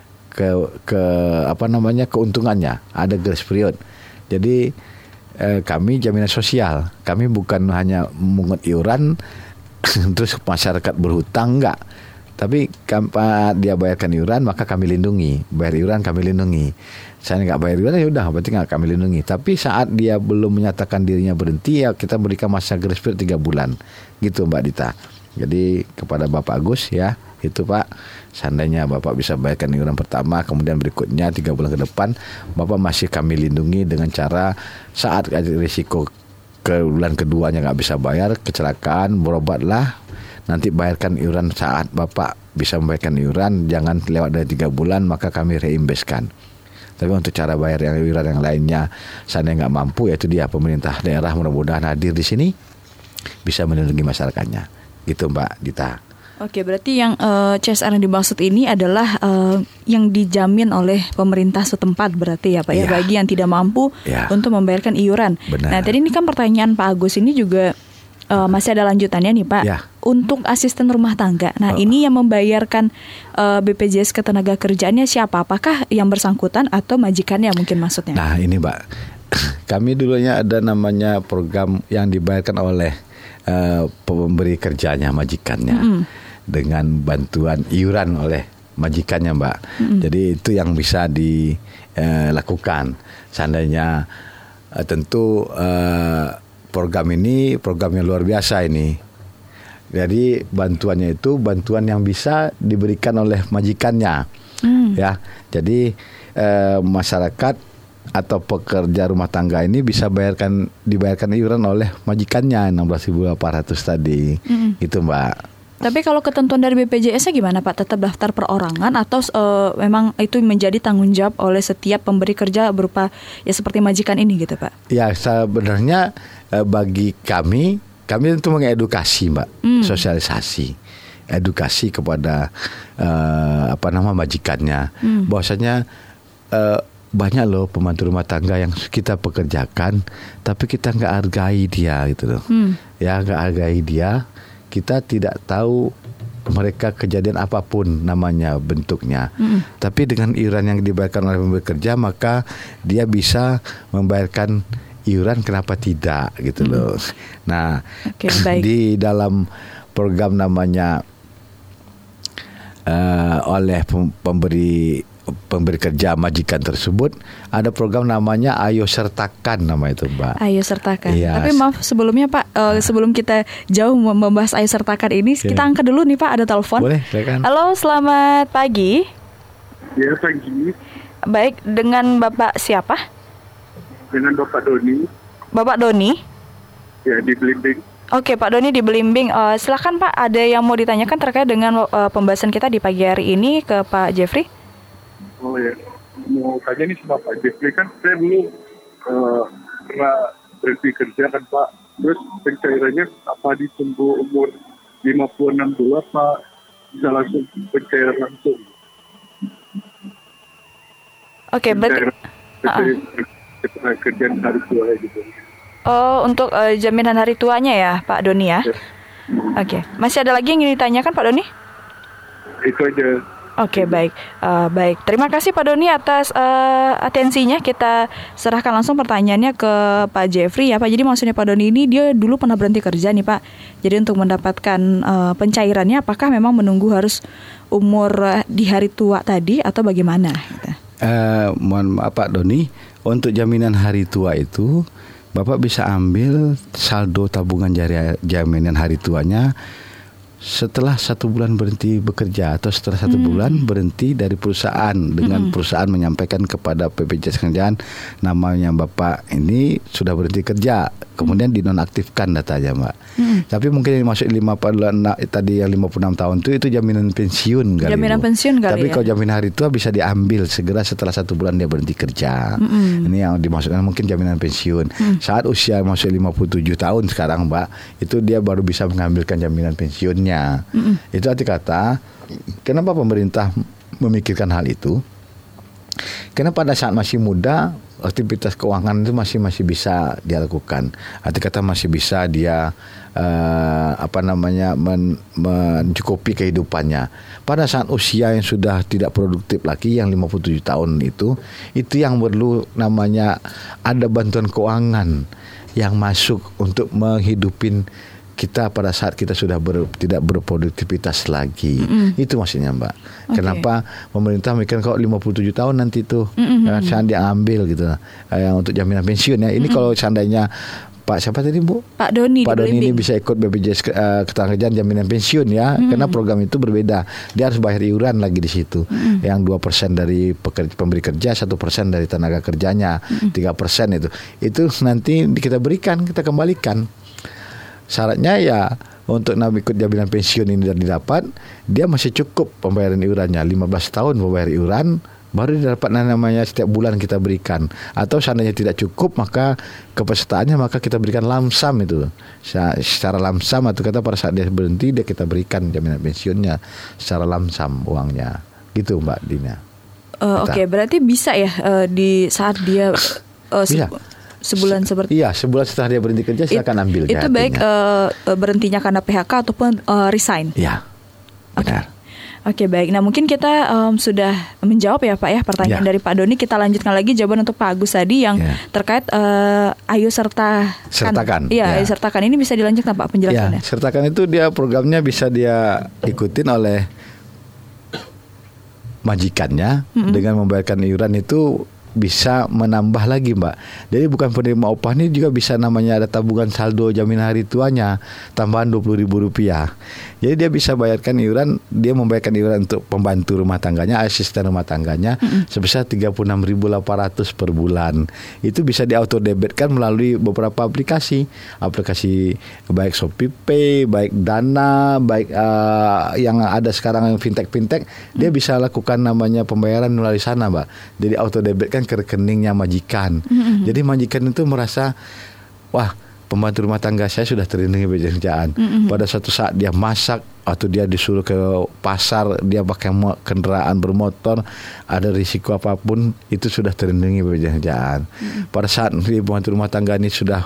keuntungannya, ada grace period. Jadi kami jaminan sosial, kami bukan hanya mengut iuran terus masyarakat berhutang, enggak. Tapi dia bayarkan iuran, maka kami lindungi. Bayar iuran kami lindungi. Saya nggak bayar iuran, ya udah, berarti nggak kami lindungi. Tapi saat dia belum menyatakan dirinya berhenti, ya kita berikan masa grace period 3 bulan. Gitu Mbak Dita. Jadi kepada Bapak Agus ya, itu Pak, seandainya Bapak bisa bayarkan iuran pertama, kemudian berikutnya 3 bulan ke depan, Bapak masih kami lindungi dengan cara saat ada risiko ke bulan keduanya nggak bisa bayar, kecelakaan, berobatlah, nanti bayarkan iuran saat Bapak bisa membayarkan iuran, jangan lewat dari 3 bulan, maka kami reimbaskan. Tapi untuk cara bayar yang iuran yang lainnya, seandainya nggak mampu, yaitu dia pemerintah daerah mudah-mudahan hadir di sini bisa melindungi masyarakatnya, gitu Mbak Dita. Oke, berarti yang CSR yang dimaksud ini adalah yang dijamin oleh pemerintah setempat berarti ya Pak ya, bagi yang tidak mampu untuk membayarkan iuran. Benar. Nah, tadi ini kan pertanyaan Pak Agus ini juga masih ada lanjutannya nih Pak. Ya. Untuk asisten rumah tangga. Nah, ini yang membayarkan BPJS Ketenagakerjaannya siapa? Apakah yang bersangkutan atau majikannya mungkin maksudnya? Nah, ini Mbak, kami dulunya ada namanya program yang dibayarkan oleh pemberi kerjanya, majikannya. Dengan bantuan iuran oleh majikannya Mbak. Jadi itu yang bisa dilakukan. Seandainya tentu program ini program yang luar biasa ini. Jadi bantuannya itu bantuan yang bisa diberikan oleh majikannya. Ya. Jadi masyarakat atau pekerja rumah tangga ini bisa dibayarkan iuran oleh majikannya 16.400 tadi. Itu Mbak. Tapi kalau ketentuan dari BPJS-nya gimana Pak? Tetap daftar perorangan atau memang itu menjadi tanggung jawab oleh setiap pemberi kerja berupa ya seperti majikan ini gitu Pak? Ya sebenarnya bagi kami tentu mengedukasi Mbak, sosialisasi, edukasi kepada majikannya, bahwasanya banyak loh pembantu rumah tangga yang kita pekerjakan, tapi kita nggak hargai dia gitu loh, nggak hargai dia. Kita tidak tahu mereka kejadian apapun namanya bentuknya. Tapi dengan iuran yang dibayarkan oleh pemberi kerja, maka dia bisa membayarkan iuran, kenapa tidak gitu loh. Nah, di dalam program namanya oleh pemberi kerja majikan tersebut, ada program namanya Ayo Sertakan, nama itu Mbak. Ayo Sertakan. Iya. Tapi maaf sebelumnya Pak, sebelum kita jauh membahas Ayo Sertakan ini, kita angkat dulu nih Pak, ada telepon. Boleh, silakan. Halo, selamat pagi. Ya, pagi. Baik, dengan Bapak siapa? Dengan Bapak Doni. Bapak Doni? Ya, di Belimbing. Oke, Pak Doni di Belimbing. Silakan Pak, ada yang mau ditanyakan terkait dengan pembahasan kita di pagi hari ini ke Pak Jeffrey? Oh ya, mau tanya nih sama Pak Jeffrey, kan saya dulu pernah berhenti kerja kan Pak, terus pencairannya apa ditunggu umur 56 dulu apa bisa langsung pencairan langsung? Oke, berarti kerjaan hari tua gitu. Oh, untuk jaminan hari tuanya ya Pak Doni ya? Oke, masih ada lagi yang ingin ditanyakan Pak Doni? Itu aja. Oke, baik. Baik. Terima kasih Pak Doni atas atensinya. Kita serahkan langsung pertanyaannya ke Pak Jeffrey ya Pak. Jadi maksudnya Pak Doni ini dia dulu pernah berhenti kerja nih Pak. Jadi untuk mendapatkan pencairannya apakah memang menunggu harus umur di hari tua tadi atau bagaimana? Mohon maaf Pak Doni, untuk jaminan hari tua itu Bapak bisa ambil saldo tabungan jaminan hari tuanya setelah 1 bulan berhenti bekerja atau setelah 1 bulan berhenti dari perusahaan dengan perusahaan menyampaikan kepada BPJS Kesehatan namanya Bapak ini sudah berhenti kerja, kemudian dinonaktifkan datanya Mbak. Tapi mungkin yang masuk 56 tadi yang 56 tahun itu jaminan pensiun kali. Jaminan pensiun kali. Tapi ya? kalau jaminan hari tua bisa diambil segera setelah 1 bulan dia berhenti kerja. Ini yang dimaksudkan mungkin jaminan pensiun. Saat usia masuk 57 tahun sekarang Mbak, itu dia baru bisa mengambilkan jaminan pensiunnya. Itu arti kata kenapa pemerintah memikirkan hal itu? Karena pada saat masih muda aktivitas keuangan itu masih bisa dia lakukan. Arti kata masih bisa dia mencukupi kehidupannya. Pada saat usia yang sudah tidak produktif lagi yang 57 tahun itu yang perlu namanya ada bantuan keuangan yang masuk untuk menghidupin kita pada saat kita sudah tidak berproduktivitas lagi. Itu maksudnya Mbak. Kenapa pemerintah mikir kalau 57 tahun nanti itu saya diambil gitu yang untuk jaminan pensiun ya. Ini kalau seandainya Pak siapa tadi Bu? Pak Doni ini bisa ikut BPJS Ketenagakerjaan jaminan pensiun ya. Karena program itu berbeda. Dia harus bayar iuran lagi di situ. Yang 2% dari pemberi kerja, 1% dari tenaga kerjanya, 3% itu. Itu nanti kita kembalikan. Syaratnya ya untuk ikut jaminan pensiun ini dan didapat, dia masih cukup pembayaran iurannya 15 tahun membayar iuran, baru didapat namanya setiap bulan kita berikan. Atau seandainya tidak cukup maka kepesertaannya maka kita berikan lamsam itu. Secara lamsam atau kata pada saat dia berhenti dia kita berikan jaminan pensiunnya secara lamsam uangnya. Gitu Mbak Dina. Oke, berarti bisa ya di saat dia bisa. Sebulan seperti sebulan setelah dia berhenti kerja silakan ambil. Itu baik berhentinya karena PHK ataupun resign. Iya. Benar. Oke, baik. Nah mungkin kita sudah menjawab ya Pak ya pertanyaan dari Pak Doni. Kita lanjutkan lagi jawaban untuk Pak Agus tadi yang terkait Ayo Sertakan. Iya, Ayo Sertakan ini bisa dilanjutkan Pak penjelasannya. Sertakan itu dia programnya bisa dia ikutin oleh majikannya dengan membayarkan iuran itu bisa menambah lagi Mbak. Jadi bukan penerima upah ini juga bisa namanya ada tabungan saldo jaminan hari tuanya tambahan Rp20.000. Jadi dia bisa bayarkan iuran, dia membayarkan iuran untuk pembantu rumah tangganya, asisten rumah tangganya sebesar 36.800 per bulan. Itu bisa diauto debitkan melalui beberapa aplikasi baik Shopee Pay, baik Dana, baik yang ada sekarang fintech dia bisa lakukan namanya pembayaran melalui sana Mbak. Jadi auto debitkan ke rekeningnya majikan. Jadi majikan itu merasa wah pembantu rumah tangga saya sudah terlindungi BPJS Kesehatan. Pada suatu saat dia masak atau dia disuruh ke pasar, dia pakai kendaraan bermotor, ada risiko apapun itu sudah terlindungi BPJS Kesehatan. Pada saat pembantu rumah tangga ini sudah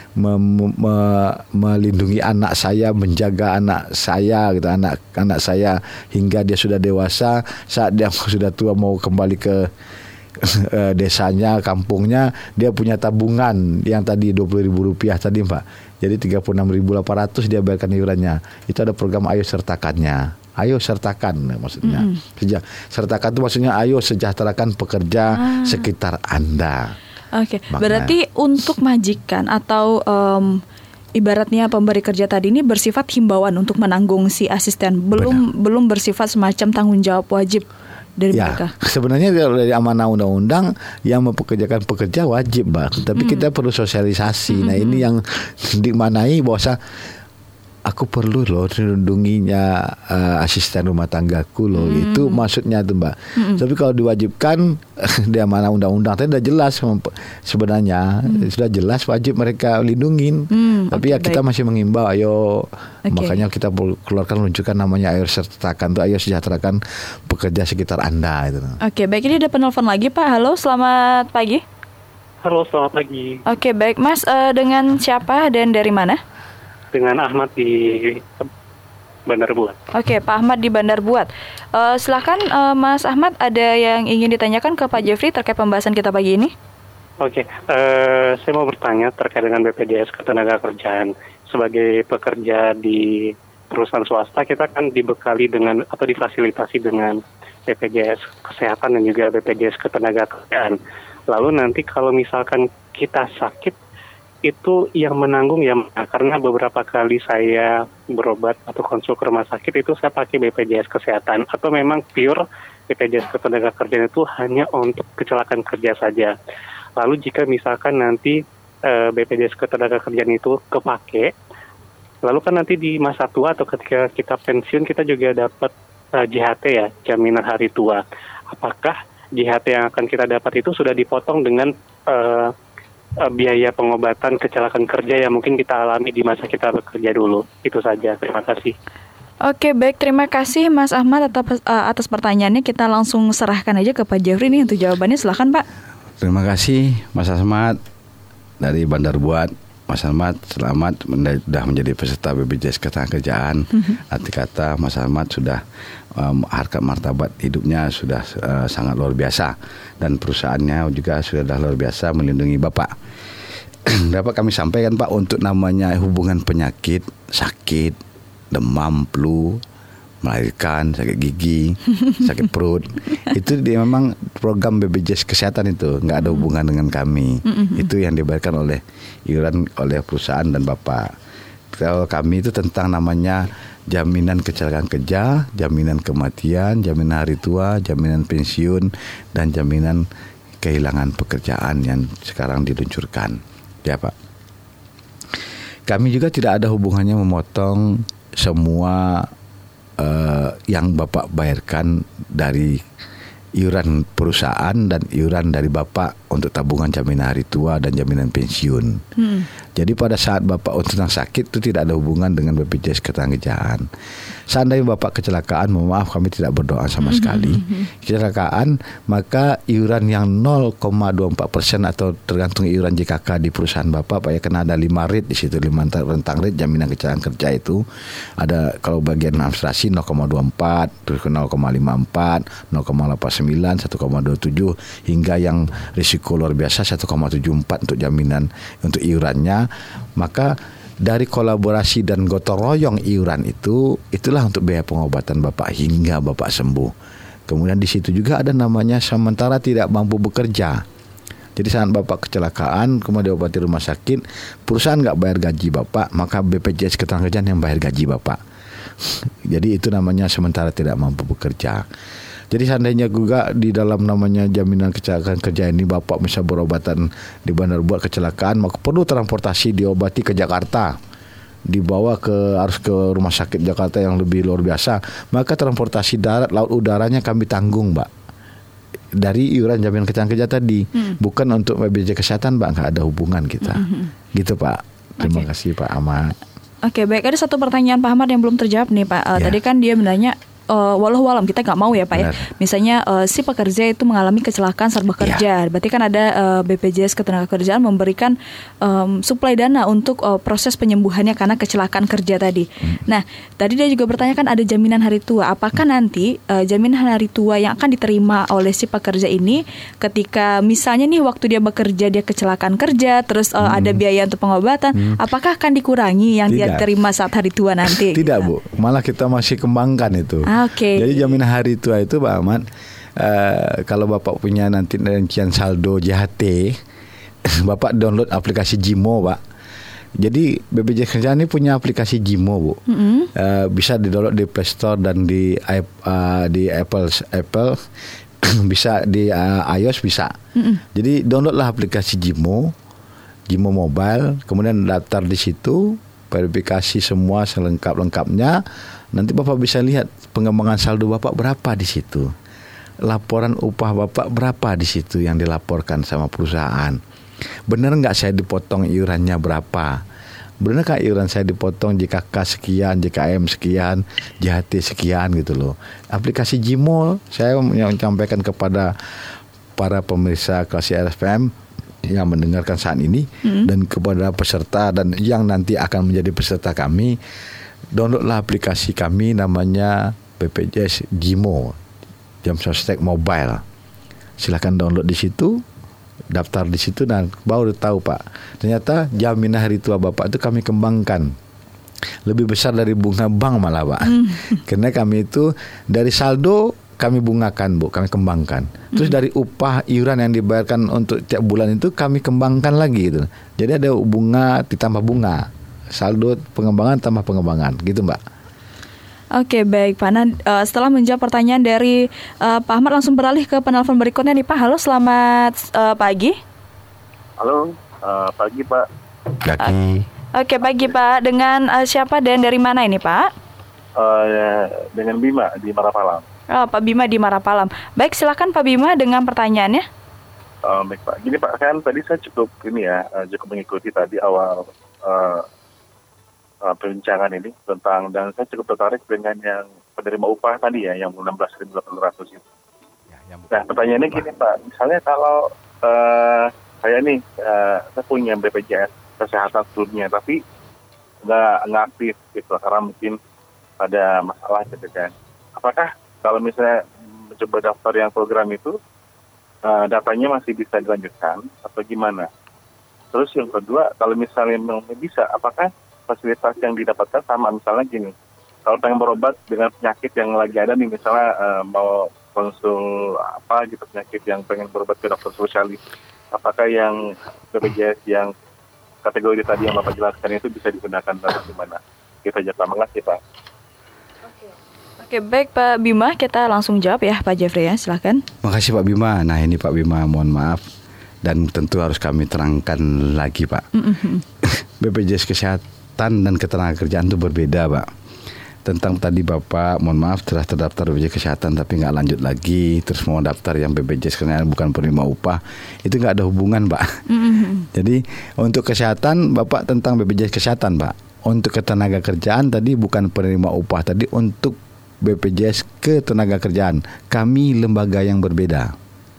melindungi anak saya, menjaga anak saya gitu, anak saya hingga dia sudah dewasa, saat dia sudah tua mau kembali ke desanya, kampungnya, dia punya tabungan yang tadi Rp20.000 tadi Pak. Jadi 36.800 dia bayarkan iurannya. Itu ada program Ayo Sertakannya. Ayo sertakan maksudnya. Sertakan itu maksudnya ayo sejahterakan pekerja sekitar Anda. Oke. Berarti untuk majikan atau ibaratnya pemberi kerja tadi ini bersifat himbauan untuk menanggung si asisten, belum bersifat semacam tanggung jawab wajib dari mereka. Sebenarnya dari amanah undang-undang yang mempekerjakan pekerja wajib Mbak, tapi kita perlu sosialisasi. Nah ini yang dimanai bahwa aku perlu loh melindunginya asisten rumah tanggaku loh. Itu maksudnya tuh Mbak. Tapi kalau diwajibkan di amanah undang-undang tadi sudah jelas sebenarnya sudah jelas wajib mereka lindungin. Tapi ya kita masih mengimbau ayo makanya kita luncurkan namanya Ayo Sertakan tuh, ayo sejahterakan pekerja sekitar Anda itu. Oke, baik, ini ada penelpon lagi Pak. Halo, selamat pagi. Halo, selamat pagi. Oke, baik Mas, dengan siapa dan dari mana? Dengan Ahmad di Bandar Buat. Oke, Pak Ahmad di Bandar Buat. Silakan Mas Ahmad, ada yang ingin ditanyakan ke Pak Jeffrey terkait pembahasan kita pagi ini? Oke, saya mau bertanya terkait dengan BPJS Ketenagakerjaan. Sebagai pekerja di perusahaan swasta, kita kan dibekali dengan atau difasilitasi dengan BPJS Kesehatan dan juga BPJS Ketenagakerjaan. Lalu nanti kalau misalkan kita sakit, itu yang menanggung ya, karena beberapa kali saya berobat atau konsul ke rumah sakit itu saya pakai BPJS Kesehatan, atau memang pure BPJS Ketenagakerjaan itu hanya untuk kecelakaan kerja saja. Lalu jika misalkan nanti BPJS Ketenagakerjaan itu kepake, lalu kan nanti di masa tua atau ketika kita pensiun kita juga dapat JHT ya, jaminan hari tua. Apakah JHT yang akan kita dapat itu sudah dipotong dengan biaya pengobatan kecelakaan kerja yang mungkin kita alami di masa kita bekerja dulu? Itu saja, terima kasih. Oke, baik, terima kasih Mas Ahmad atas pertanyaannya. Kita langsung serahkan aja ke Pak Jeffrey nih untuk jawabannya. Silakan Pak. Terima kasih Mas Ahmad dari Bandar Buat. Mas Ahmad, selamat sudah menjadi peserta BPJS Ketenagakerjaan. Arti kata Mas Ahmad sudah harkat martabat hidupnya sudah sangat luar biasa, dan perusahaannya juga sudah luar biasa melindungi Bapak. Dapat kami sampaikan Pak, untuk namanya hubungan penyakit, sakit, demam, flu, melahirkan, sakit gigi, sakit perut, itu dia memang program BPJS Kesehatan, itu nggak ada hubungan dengan kami. Itu yang dibayarkan oleh iuran oleh perusahaan dan Bapak. Kalau kami itu tentang namanya jaminan kecelakaan kerja, jaminan kematian, jaminan hari tua, jaminan pensiun, dan jaminan kehilangan pekerjaan yang sekarang diluncurkan. Ya Pak. Kami juga tidak ada hubungannya memotong semua yang Bapak bayarkan dari iuran perusahaan dan iuran dari Bapak untuk tabungan jaminan hari tua dan jaminan pensiun. Jadi pada saat Bapak tentang sakit itu tidak ada hubungan dengan BPJS Ketenagakerjaan. Seandainya Bapak kecelakaan, mohon maaf kami tidak berdoa sama sekali. Kecelakaan, maka iuran yang 0,24% atau tergantung iuran JKK di perusahaan Bapak, Pak ya, karena ada 5 rate di situ, 5 rentang rate jaminan kecelakaan kerja itu. Ada kalau bagian administrasi 0,24, terus 0,54, 0,89, 1,27 hingga yang risiko luar biasa 1,74 untuk jaminan untuk iurannya. Maka dari kolaborasi dan gotong royong iuran itulah untuk biaya pengobatan Bapak hingga Bapak sembuh. Kemudian di situ juga ada namanya sementara tidak mampu bekerja. Jadi saat Bapak kecelakaan kemudian diobati rumah sakit, perusahaan nggak bayar gaji Bapak, maka BPJS Ketenagakerjaan yang bayar gaji Bapak. Jadi itu namanya sementara tidak mampu bekerja. Jadi seandainya juga di dalam namanya jaminan kecelakaan kerja ini Bapak bisa berobatan di Bandar Buat kecelakaan, maka perlu transportasi diobati ke Jakarta, dibawa harus ke rumah sakit Jakarta yang lebih luar biasa, maka transportasi darat, laut, udaranya kami tanggung Mbak dari iuran jaminan kecelakaan kerja tadi. Bukan untuk BPJS Kesehatan Mbak, nggak ada hubungan kita. Gitu Pak. Terima kasih Pak Ahmad. Oke, baik, ada satu pertanyaan Pak Ahmad yang belum terjawab nih Pak. Tadi kan dia menanya, walau alam kita nggak mau ya Pak ya. Misalnya si pekerja itu mengalami kecelakaan saat bekerja, berarti kan ada BPJS Ketenagakerjaan memberikan suplai dana untuk proses penyembuhannya karena kecelakaan kerja tadi. Nah, tadi dia juga bertanya kan ada jaminan hari tua. Apakah nanti jaminan hari tua yang akan diterima oleh si pekerja ini ketika misalnya nih waktu dia bekerja dia kecelakaan kerja, terus ada biaya untuk pengobatan, apakah akan dikurangi yang dia terima saat hari tua nanti? Tidak Bu, malah kita masih kembangkan itu. Jadi jaminan hari tua itu Pak Ahmad, kalau Bapak punya nanti rincian saldo JHT, Bapak download aplikasi Jimo Pak. Jadi BPJS Kesehatan ini punya aplikasi Jimo Bu. Bisa di-download di Play Store dan di Apple bisa di iOS bisa. Jadi downloadlah aplikasi Jimo Mobile, kemudian daftar di situ, verifikasi semua selengkap-lengkapnya. Nanti Bapak bisa lihat pengembangan saldo Bapak berapa di situ. Laporan upah Bapak berapa di situ yang dilaporkan sama perusahaan. Benar nggak saya dipotong iurannya berapa? Benar nggak iuran saya dipotong JKK sekian, JKM sekian, JHT sekian gitu loh. Aplikasi Jimo saya menyampaikan kepada para pemirsa Klasi RFM yang mendengarkan saat ini dan kepada peserta dan yang nanti akan menjadi peserta kami. downloadlah aplikasi kami namanya BPJS Gimo, Jam Sostek Mobile. Silakan download di situ, daftar di situ, dan baru tahu Pak, ternyata jaminan hari tua Bapak itu kami kembangkan lebih besar dari bunga bank malah Pak. Karena kami itu dari saldo kami bungakan Bu, kami kembangkan. Terus dari upah iuran yang dibayarkan untuk tiap bulan itu kami kembangkan lagi gitu. Jadi ada bunga ditambah bunga, saldo pengembangan tambah pengembangan gitu Mbak. Oke, baik Pak. Nah, setelah menjawab pertanyaan dari Pak Ahmad, langsung beralih ke penelpon berikutnya nih Pak. Halo, selamat pagi. Halo, pagi Pak. Pagi. Oke, pagi Pak. Dengan siapa dan dari mana ini Pak? Dengan Bima di Marapalam. Oh, Pak Bima di Marapalam. Baik, silakan Pak Bima dengan pertanyaannya. Baik Pak. Gini Pak, kan tadi saya cukup mengikuti tadi awal perbincangan ini tentang, dan saya cukup tertarik dengan yang penerima upah tadi ya, yang 16.800 itu. Nah, pertanyaannya gini Pak, misalnya kalau saya nih, saya punya BPJS Kesehatan sebelumnya, tapi nggak aktif gitu, karena mungkin ada masalah gitu kan. Apakah kalau misalnya mencoba daftar yang program itu, datanya masih bisa dilanjutkan atau gimana? Terus yang kedua, kalau misalnya memang bisa, apakah fasilitas yang didapatkan sama, misalnya gini, kalau pengen berobat dengan penyakit yang lagi ada nih, misalnya mau konsul apa gitu, penyakit yang pengen berobat ke dokter spesialis, apakah yang BPJS yang kategori tadi yang Bapak jelaskan itu bisa digunakan atau gimana? Kita jawab. Terima kasih Pak. Oke, baik Pak Bima, kita langsung jawab ya Pak Jeffrey ya, silakan. Makasih Pak Bima. Nah ini Pak Bima, mohon maaf dan tentu harus kami terangkan lagi Pak. BPJS Kesehatan dan Ketenagakerjaan itu berbeda Pak. Tentang tadi Bapak, mohon maaf, telah terdaftar BPJS Kesehatan tapi nggak lanjut lagi, terus mau daftar yang BPJS Kesehatan bukan penerima upah, itu nggak ada hubungan Pak. Jadi untuk kesehatan Bapak tentang BPJS Kesehatan Pak. Untuk Ketenagakerjaan tadi bukan penerima upah, tadi untuk BPJS Ketenagakerjaan. Kami lembaga yang berbeda.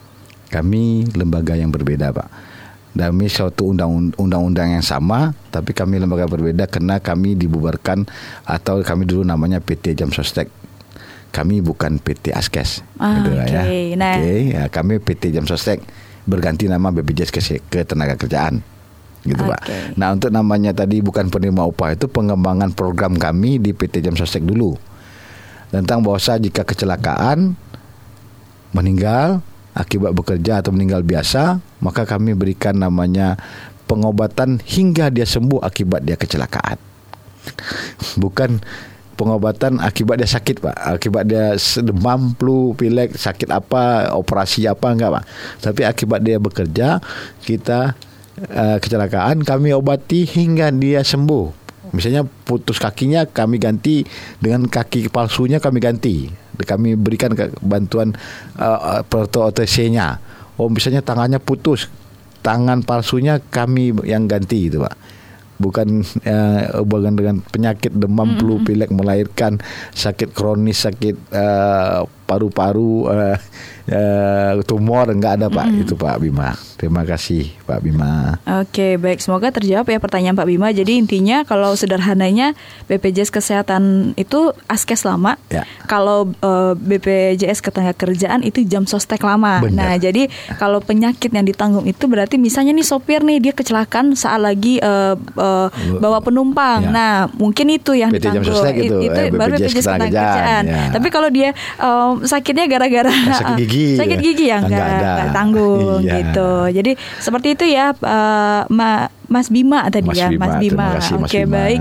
Pak. Demi suatu undang-undang yang sama, tapi kami lembaga berbeda karena kami dibubarkan, atau kami dulu namanya PT Jam Sostek. Kami bukan PT Askes. Ya, kami PT Jam Sostek, berganti nama BPJS Ketenagakerjaan. Gitu Pak. Nah, untuk namanya tadi bukan penerima upah, itu pengembangan program kami di PT Jam Sostek dulu. Tentang bahwa jika kecelakaan, meninggal akibat bekerja atau meninggal biasa, maka kami berikan namanya pengobatan hingga dia sembuh akibat dia kecelakaan. Bukan pengobatan akibat dia sakit Pak, akibat dia demam, flu, pilek, sakit apa, operasi apa, enggak Pak. Tapi akibat dia bekerja, kita kecelakaan, kami obati hingga dia sembuh. Misalnya putus kakinya, kami ganti dengan kaki palsunya, kami ganti. Kami berikan bantuan proto-OTC-nya. Oh, misalnya tangannya putus, tangan palsunya kami yang ganti gitu Pak. Bukan hubungan dengan penyakit demam, flu, pilek, melahirkan, sakit kronis, sakit paru-paru, tumor, enggak ada Pak. Itu Pak Bima. Terima kasih Pak Bima. Oke, baik, semoga terjawab ya pertanyaan Pak Bima. Jadi intinya kalau sederhananya BPJS Kesehatan itu Askes lama. Ya. Kalau BPJS Ketenagakerjaan itu Jam Sostek lama. Benar. Nah, jadi kalau penyakit yang ditanggung itu berarti misalnya nih sopir nih, dia kecelakaan saat lagi bawa penumpang. Ya. Nah, mungkin itu yang PT ditanggung. Jam Sostek itu Baru BPJS Ketenagakerjaan. Ya. Tapi kalau dia sakitnya gara-gara sakit gigi ya enggak tanggung gitu. Jadi seperti itu ya Mas Bima tadi ya, Mas Bima. Oke, baik.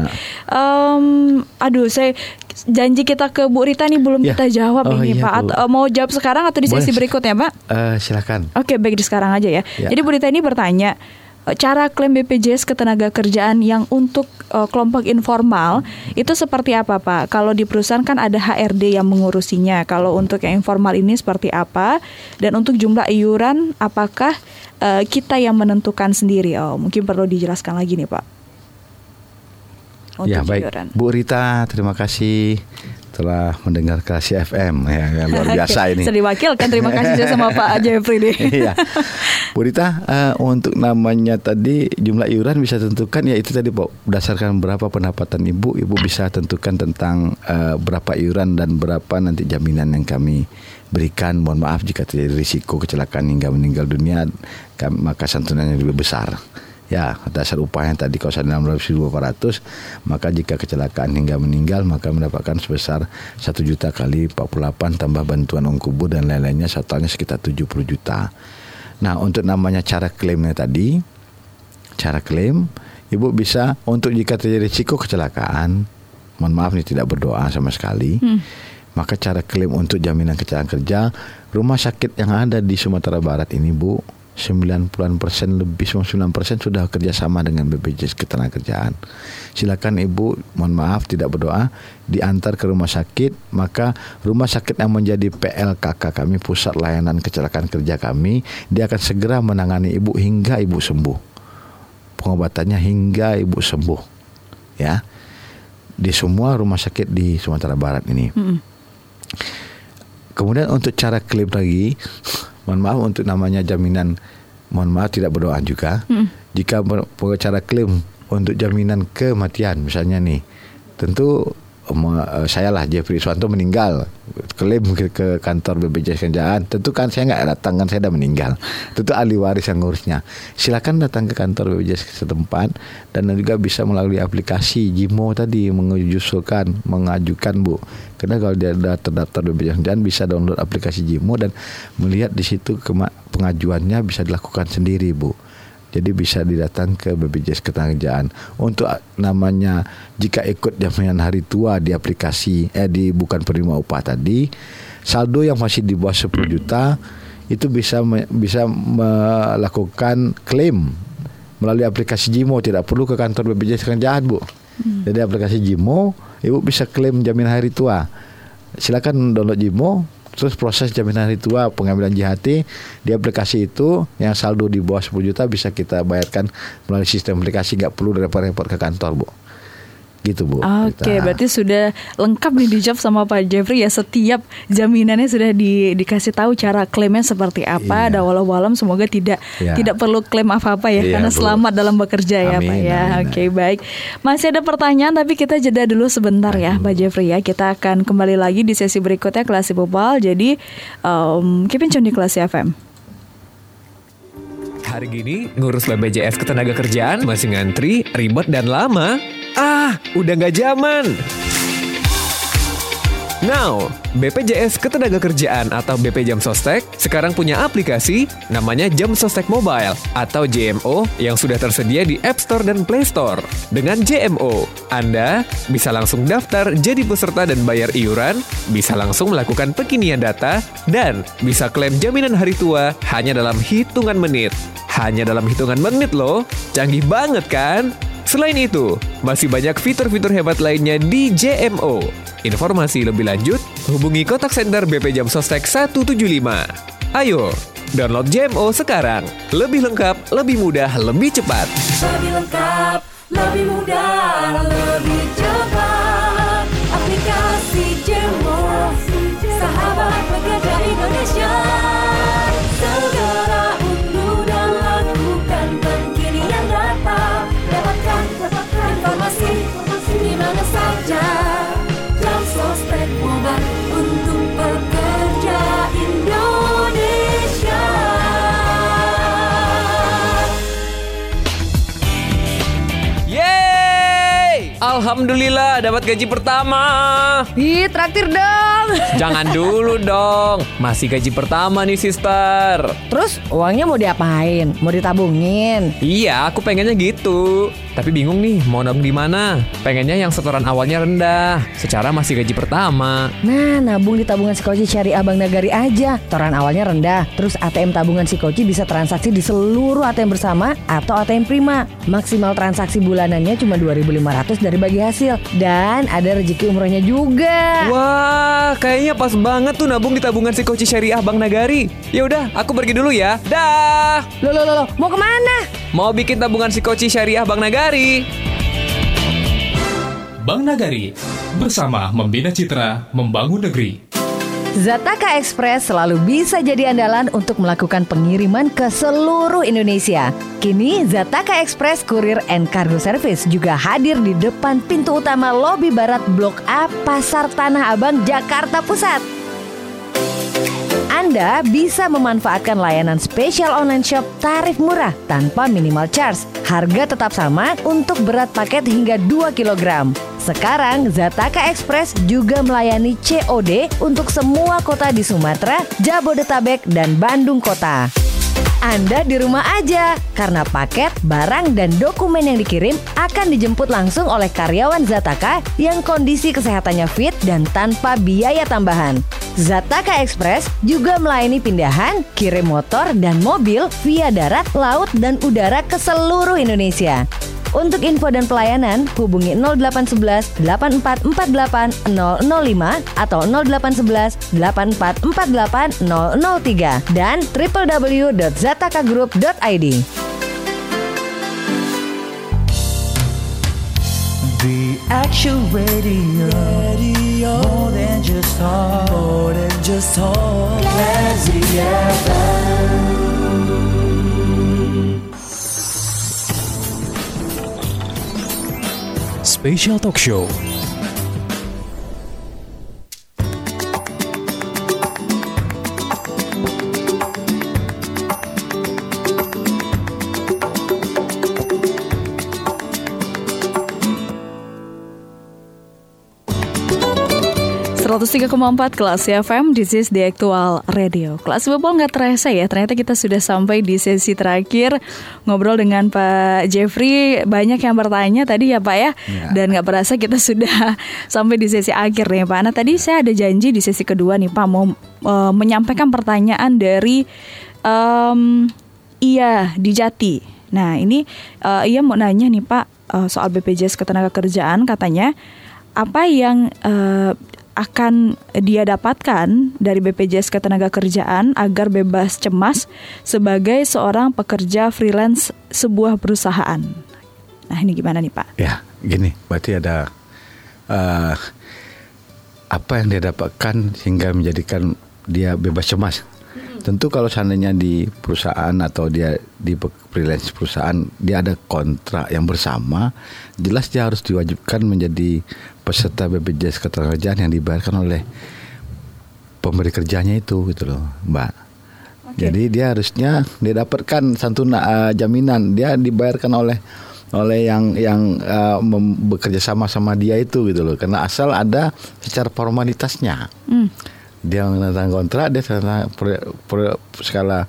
Saya janji kita ke Bu Rita nih belum kita jawab ini Pak. Mau jawab sekarang atau di sesi berikutnya Pak? Silakan. Oke, baik, di sekarang aja ya. Jadi Bu Rita ini bertanya, cara klaim BPJS Ketenagakerjaan yang untuk kelompok informal itu seperti apa Pak? Kalau di perusahaan kan ada HRD yang mengurusinya. Kalau untuk yang informal ini seperti apa? Dan untuk jumlah iuran apakah kita yang menentukan sendiri? Mungkin perlu dijelaskan lagi nih Pak. Ya, baik iuran. Bu Rita, terima kasih telah mendengar Klasi FM yang luar biasa ini. Saya diwakilkan, terima kasih saya sama Pak Jeffrey nih. Iya. Bu Rita, untuk namanya tadi jumlah iuran bisa tentukan ya itu tadi Pak, berdasarkan berapa pendapatan Ibu bisa tentukan tentang berapa iuran dan berapa nanti jaminan yang kami berikan. Mohon maaf jika terjadi risiko kecelakaan hingga meninggal dunia, maka santunannya lebih besar. Ya, dasar upahnya tadi kalau 600.200, maka jika kecelakaan hingga meninggal maka mendapatkan sebesar 1 juta kali 48 tambah bantuan uang kubur dan lain-lainnya, totalnya sekitar 70 juta. Nah, untuk namanya cara klaimnya tadi, cara klaim Ibu bisa untuk jika terjadi risiko kecelakaan, mohon maaf nih tidak berdoa sama sekali. Maka cara klaim untuk jaminan kecelakaan kerja, rumah sakit yang ada di Sumatera Barat ini Bu, 90% lebih, 99% sudah kerjasama dengan BPJS Ketenagakerjaan. Silakan Ibu, mohon maaf tidak berdoa, diantar ke rumah sakit, maka rumah sakit yang menjadi PLKK kami, Pusat Layanan Kecelakaan Kerja kami, dia akan segera menangani Ibu hingga Ibu sembuh. Pengobatannya hingga Ibu sembuh. Ya. Di semua rumah sakit di Sumatera Barat ini. Kemudian untuk cara klaim lagi, mohon maaf untuk namanya jaminan, mohon maaf tidak berdoa juga. Jika cara klaim untuk jaminan kematian misalnya nih, tentu saya lah Jeffrey Suwanto meninggal, klaim ke kantor BPJS Kerjaan, tentu kan saya nggak datang, kan saya sudah meninggal, tentu ahli waris yang ngurusnya. Silakan datang ke kantor BPJS setempat dan juga bisa melalui aplikasi JIMO tadi mengajukan Bu. Karena kalau dia sudah terdaftar BPJS Kerjaan bisa download aplikasi JIMO dan melihat di situ pengajuannya bisa dilakukan sendiri Bu. Jadi bisa didatang ke BPJS Ketenagakerjaan. Untuk namanya jika ikut jaminan hari tua di aplikasi di bukan penerima upah tadi, saldo yang masih di bawah 10 juta itu bisa melakukan klaim melalui aplikasi JIMO, tidak perlu ke kantor BPJS Ketenagakerjaan Bu. Jadi aplikasi JIMO, Ibu bisa klaim jaminan hari tua. Silakan download JIMO. Terus proses jaminan hari tua, pengambilan JHT di aplikasi itu yang saldo di bawah 10 juta bisa kita bayarkan melalui sistem aplikasi, nggak perlu repot-repot ke kantor Bu. Gitu Bu. Oke, berarti sudah lengkap nih dijawab sama Pak Jeffrey ya, setiap jaminannya sudah dikasih tahu cara klaimnya seperti apa. Ada walau-walam semoga tidak perlu klaim apa-apa ya, karena Bu, selamat dalam bekerja ya Pak ya. Oke, baik. Masih ada pertanyaan tapi kita jeda dulu sebentar ya Pak Jeffrey ya. Kita akan kembali lagi di sesi berikutnya Klasi Bobal. Jadi keep in tune di Klasi FM. Hari gini ngurus BPJS Ketenagakerjaan masih ngantri, ribet dan lama. Udah gak zaman. Now, BPJS Ketenagakerjaan atau BP Jam Sostek sekarang punya aplikasi namanya Jam Sostek Mobile atau JMO yang sudah tersedia di App Store dan Play Store. Dengan JMO, Anda bisa langsung daftar jadi peserta dan bayar iuran, bisa langsung melakukan pekinian data, dan bisa klaim jaminan hari tua hanya dalam hitungan menit. Hanya dalam hitungan menit loh, canggih banget kan? Selain itu, masih banyak fitur-fitur hebat lainnya di JMO. Informasi lebih lanjut, hubungi kontak center BP Jam Sostek 175. Ayo, download JMO sekarang. Lebih lengkap, lebih mudah, lebih cepat. Lebih lengkap, lebih mudah, lebih cepat. Aplikasi JMO, sahabat pekerja Indonesia. Segera unduh dan lakukan pengiriman data. Dapatkan informasi di mana saja. Jam Sostek Mobile untuk pekerja Indonesia. Yeay! Alhamdulillah dapat gaji pertama. Ih, traktir dong. Jangan dulu dong. Masih gaji pertama nih, sister. Terus uangnya mau diapain? Mau ditabungin? Iya, aku pengennya gitu. Tapi bingung nih, mau nabung di mana? Pengennya yang setoran awalnya rendah, secara masih gaji pertama. Nah, nabung di tabungan Sikoci Syariah Bank Nagari aja. Setoran awalnya rendah, terus ATM tabungan Sikoci bisa transaksi di seluruh ATM bersama atau ATM Prima. Maksimal transaksi bulanannya cuma 2.500 dari bagi hasil. Dan ada rezeki umrohnya juga. Wah, kayaknya pas banget tuh nabung di tabungan Sikoci Syariah Bank Nagari. Ya udah, aku pergi dulu ya. Dah. Loh, mau kemana? Mau bikin tabungan Sikoci Syariah Bank Nagari. Bank Nagari, Bersama membina citra, membangun negeri. Zataka Express selalu bisa jadi andalan untuk melakukan pengiriman ke seluruh Indonesia. Kini Zataka Express Courier and Cargo Service juga hadir di depan pintu utama lobi barat Blok A Pasar Tanah Abang, Jakarta Pusat. Anda bisa memanfaatkan layanan spesial online shop tarif murah tanpa minimal charge. Harga tetap sama untuk berat paket hingga 2 kg. Sekarang Zataka Express juga melayani COD untuk semua kota di Sumatera, Jabodetabek, dan Bandung Kota. Anda di rumah aja, karena paket, barang, dan dokumen yang dikirim akan dijemput langsung oleh karyawan Zataka yang kondisi kesehatannya fit dan tanpa biaya tambahan. Zataka Express juga melayani pindahan, kirim motor, dan mobil via darat, laut, dan udara ke seluruh Indonesia. Untuk info dan pelayanan, hubungi 0811 8448 005 atau 0811 8448 003 dan www.zatakagroup.id. The Action Radio, more than just talk, Classy FM. Special Talk Show. .3,4 Kelas FM, this is the Actual Radio. Kelas People nggak terasa ya, ternyata kita sudah sampai di sesi terakhir ngobrol dengan Pak Jeffrey. Banyak yang bertanya tadi ya Pak ya, dan nggak berasa kita sudah sampai di sesi akhir nih Pak. Nah tadi saya ada janji di sesi kedua nih Pak mau menyampaikan pertanyaan dari Iya di Jati. Nah ini Iya mau nanya nih Pak soal BPJS Ketenagakerjaan, katanya apa yang akan dia dapatkan dari BPJS Ketenagakerjaan agar bebas cemas sebagai seorang pekerja freelance sebuah perusahaan. Nah ini gimana nih Pak? Ya gini, berarti ada apa yang dia dapatkan sehingga menjadikan dia bebas cemas. Tentu kalau seandainya di perusahaan atau dia di freelance perusahaan, dia ada kontrak yang bersama, jelas dia harus diwajibkan menjadi peserta BPJS Ketenagakerjaan yang dibayarkan oleh pemberi kerjanya itu gitu loh Mbak. Jadi dia harusnya dia dapatkan santunan jaminan, dia dibayarkan oleh yang bekerja sama dia itu gitu loh. Karena asal ada secara formalitasnya. Dia menandatangani kontrak, dia skala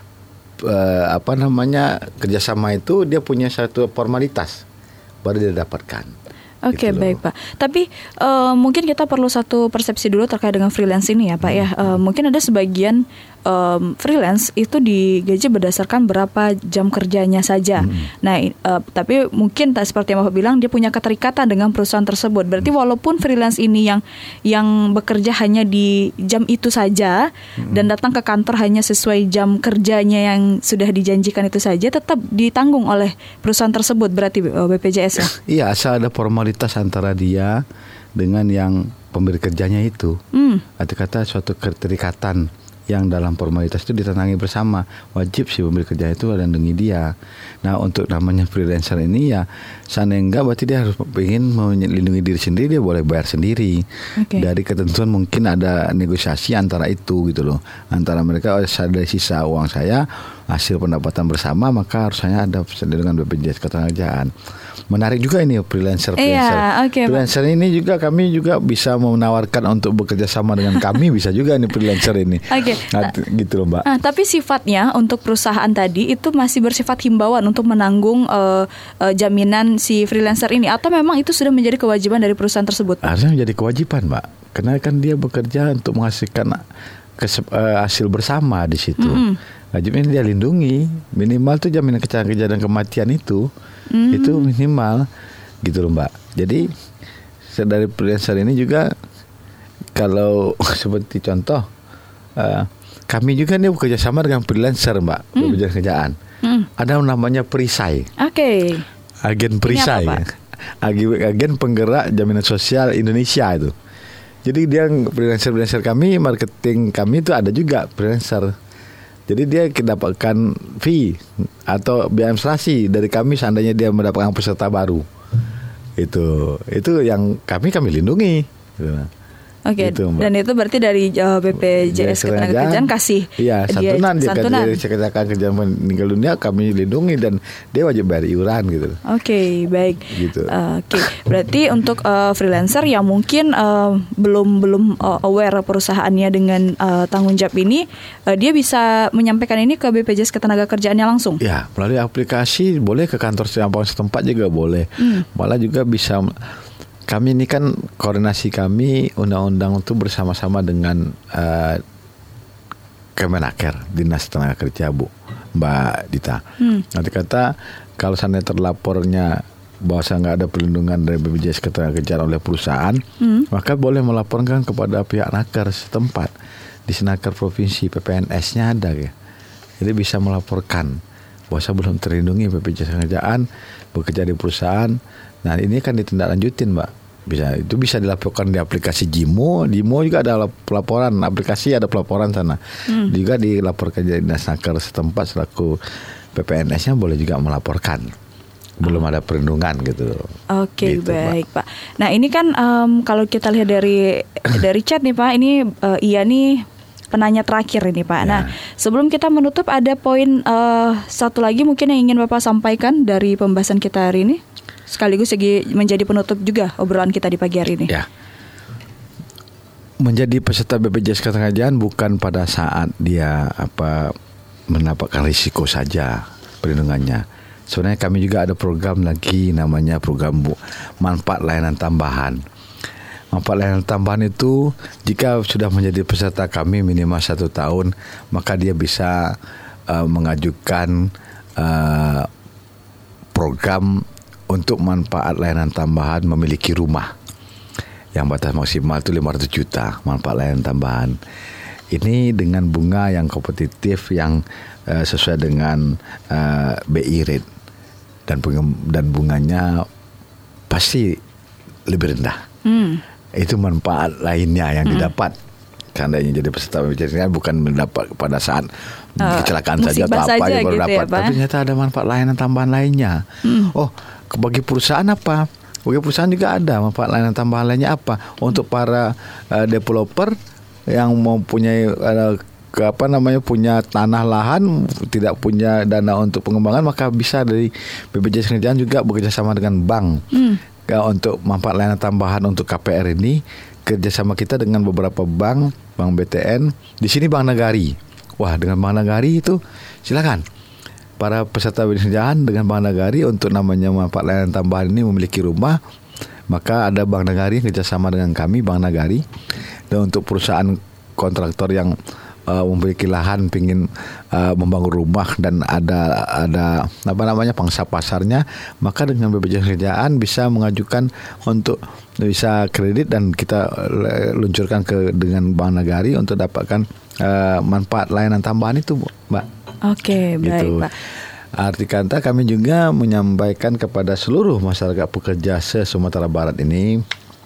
kerjasama itu dia punya satu formalitas baru dia dapatkan. Oke, baik Pak. Tapi mungkin kita perlu satu persepsi dulu terkait dengan freelance ini ya Pak ya. Mungkin ada sebagian freelance itu digaji berdasarkan berapa jam kerjanya saja. Nah, tapi mungkin seperti yang Bapak bilang dia punya keterikatan dengan perusahaan tersebut. Berarti walaupun freelance ini yang bekerja hanya di jam itu saja dan datang ke kantor hanya sesuai jam kerjanya yang sudah dijanjikan itu saja, tetap ditanggung oleh perusahaan tersebut berarti BPJS ya. Iya, asal ada formalitas antara dia dengan yang pemberi kerjanya itu. Arti kata suatu keterikatan yang dalam formalitas itu ditandangi bersama, wajib si pemberi kerja itu melindungi dia. Nah untuk namanya freelancer ini ya seandainya enggak berarti dia harus ingin melindungi diri sendiri, dia boleh bayar sendiri. Dari ketentuan mungkin ada negosiasi antara itu gitu loh, antara mereka ada sisa uang saya hasil pendapatan bersama maka harusnya ada dengan BPJS Ketenagakerjaan. Menarik juga ini freelancer. Freelancer ini juga kami juga bisa menawarkan untuk bekerja sama dengan kami bisa juga nih freelancer ini. Gitu loh Mbak. Tapi sifatnya untuk perusahaan tadi itu masih bersifat himbauan untuk menanggung jaminan si freelancer ini atau memang itu sudah menjadi kewajiban dari perusahaan tersebut? Harusnya menjadi kewajiban Mbak. Karena kan dia bekerja untuk menghasilkan hasil bersama di situ. Wajibnya dia lindungi minimal tuh jaminan kecelakaan dan kematian itu minimal gitu loh Mbak. Jadi dari freelancer ini juga kalau seperti contoh kami juga nih bekerja sama dengan freelancer Mbak BPJS Kerjaan. Ada namanya perisai. Agen perisai. agen penggerak jaminan sosial Indonesia itu. Jadi dia freelancer kami, marketing kami itu ada juga freelancer. Jadi dia dapatkan fee atau biaya administrasi dari kami seandainya dia mendapatkan peserta baru. Itu yang kami lindungi. Gitu. Oke, gitu, dan itu berarti dari BPJS Ketenagakerjaan kasih santunan dari kecelakaan kerja meninggal dunia kami lindungi dan dia wajib bayar iuran gitu. Oke, baik. Gitu. Oke, berarti untuk freelancer yang mungkin belum aware perusahaannya dengan tanggung jawab ini, dia bisa menyampaikan ini ke BPJS Ketenagakerjaannya langsung. Ya, melalui aplikasi boleh ke kantor setempat juga boleh. Malah juga bisa. Kami ini kan koordinasi kami undang-undang itu bersama-sama dengan Kemenaker, Dinas Tenaga Kerja, Mbak Dita. Nanti kata kalau seandainya terlapornya bahwa nggak ada perlindungan dari BPJS Ketenagakerjaan oleh perusahaan, maka boleh melaporkan kepada pihak naker setempat. Di Senaker Provinsi PPNS-nya ada ya. Jadi bisa melaporkan bahwa saya belum terlindungi BPJS Ketenagakerjaan, bekerja di perusahaan. Nah ini kan ditindaklanjutin Mbak. Bisa dilaporkan di aplikasi Jimo juga ada pelaporan, aplikasi ada pelaporan sana. Juga dilaporkan di Dinas Naker setempat selaku PPNS-nya boleh juga melaporkan. Belum ada perlindungan gitu. Oke, gitu, baik Pak. Nah ini kan kalau kita lihat dari chat nih Pak, ini iya nih penanya terakhir ini Pak. Nah sebelum kita menutup ada poin satu lagi mungkin yang ingin Bapak sampaikan dari pembahasan kita hari ini, sekaligus menjadi penutup juga obrolan kita di pagi hari ini. Ya. Menjadi peserta BPJS Ketenagakerjaan bukan pada saat dia mendapatkan risiko saja perlindungannya. Sebenarnya kami juga ada program lagi namanya program manfaat layanan tambahan. Manfaat layanan tambahan itu jika sudah menjadi peserta kami minimal 1 tahun, maka dia bisa mengajukan program untuk manfaat layanan tambahan memiliki rumah yang batas maksimal itu 500 juta manfaat layanan tambahan. Ini dengan bunga yang kompetitif yang sesuai dengan BI rate dan bunganya pasti lebih rendah. Itu manfaat lainnya yang didapat. Karena jadi peserta BPJS kan bukan mendapat pada saat kecelakaan saja atau apa yang baru dapat, tapi ternyata ada manfaat layanan tambahan lainnya. Bagi perusahaan apa? Bagi perusahaan juga ada manfaat layanan tambahan lainnya apa? Untuk para developer yang mempunyai punya tanah lahan, tidak punya dana untuk pengembangan, maka bisa dari BPJS Ketenagakerjaan juga bekerjasama dengan bank untuk manfaat layanan tambahan untuk KPR ini. Kerjasama kita dengan beberapa bank BTN. Di sini Bank Nagari. Wah, dengan Bank Nagari itu silakan para peserta BPJS Ketenagakerjaan dengan Bank Nagari untuk namanya manfaat layanan tambahan ini memiliki rumah, maka ada Bank Nagari kerjasama dengan kami Bank Nagari. Dan untuk perusahaan kontraktor yang memiliki lahan pingin membangun rumah dan ada pangsa pasarnya, maka dengan BPJS Ketenagakerjaan bisa mengajukan untuk bisa kredit dan kita luncurkan dengan Bank Nagari untuk dapatkan manfaat layanan tambahan itu, Mbak. Oke, baik, gitu. Pak. Arti kata kami juga menyampaikan kepada seluruh masyarakat pekerja se-Sumatera Barat ini,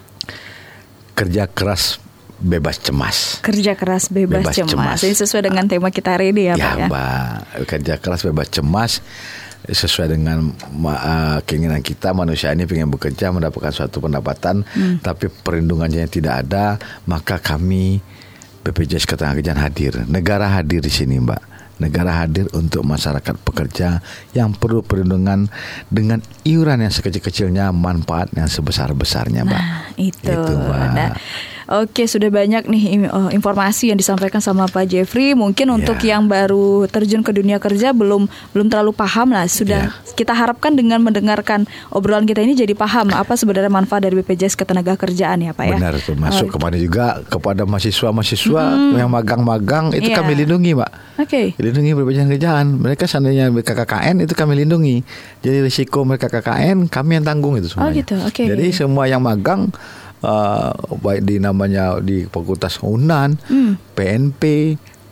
kerja keras bebas cemas. Kerja keras bebas cemas. Ini sesuai dengan tema kita hari ini ya Pak ya? Mbak, kerja keras bebas cemas sesuai dengan keinginan kita. Manusia ini ingin bekerja, mendapatkan suatu pendapatan, tapi perlindungannya tidak ada. Maka kami BPJS Ketenagakerjaan hadir. Negara hadir di sini Mbak. Negara hadir untuk masyarakat pekerja yang perlu perlindungan dengan iuran yang sekecil-kecilnya, manfaat yang sebesar-besarnya, Mbak. Nah, itu Mbak. Nah, oke, sudah banyak nih informasi yang disampaikan sama Pak Jeffrey. Mungkin untuk yang baru terjun ke dunia kerja belum terlalu paham lah. Sudah kita harapkan dengan mendengarkan obrolan kita ini jadi paham apa sebenarnya manfaat dari BPJS Ketenagakerjaan ya Pak ya. Benar tuh, masuk kemana juga kepada mahasiswa-mahasiswa yang magang-magang itu kami lindungi, Mbak. Oke. Lindungi BPJS Ketenagakerjaan. Mereka seandainya KKN itu kami lindungi. Jadi risiko mereka KKN kami yang tanggung itu semuanya. Oh gitu. Oke. Jadi semua yang magang baik di Fakultas UNAN, PNP,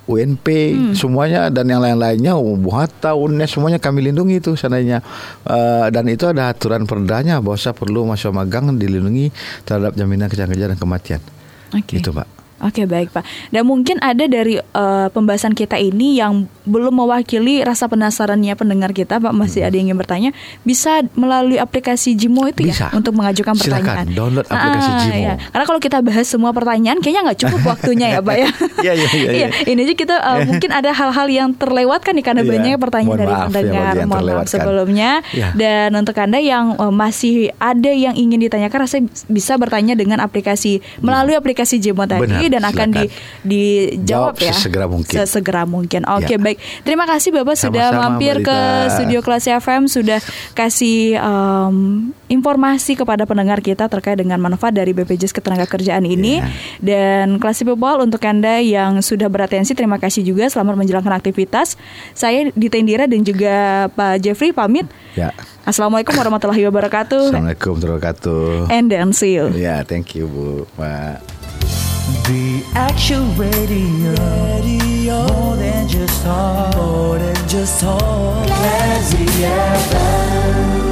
UNP, semuanya dan yang lain-lainnya, Hatta, UNES, semuanya kami lindungi itu seandainya. Dan itu ada aturan perdanya bahwa perlu mahasiswa magang dilindungi terhadap jaminan kecelakaan kerja dan kematian. Gitu Pak. Oke, baik Pak. Dan mungkin ada dari pembahasan kita ini yang belum mewakili rasa penasarannya pendengar kita, Pak, masih ada yang ingin bertanya, bisa melalui aplikasi Jimo itu bisa. Ya untuk mengajukan pertanyaan. Silakan download aplikasi Jimo. Ya. Karena kalau kita bahas semua pertanyaan kayaknya nggak cukup waktunya ya Pak ya. Iya. Ini aja kita mungkin ada hal-hal yang terlewatkan nih karena banyaknya pertanyaan dari pendengar. Mohon maaf sebelumnya. Dan untuk Anda yang masih ada yang ingin ditanyakan, rasanya bisa bertanya dengan aplikasi melalui aplikasi Jimo tadi. Benar. Dan akan dijawab ya sesegera mungkin. Oke, baik. Terima kasih Bapak sudah mampir ke studio Kelas FM, sudah kasih informasi kepada pendengar kita terkait dengan manfaat dari BPJS Ketenagakerjaan ini. Dan Kelas People, untuk Anda yang sudah beratensi, terima kasih juga. Selamat menjalankan aktivitas. Saya Dita Indira dan juga Pak Jeffrey pamit. Assalamualaikum warahmatullahi wabarakatuh. Assalamualaikum warahmatullahi wabarakatuh. And then see you. Thank you Bu, Pak. The Action Radio, more than just talk, Classy FM.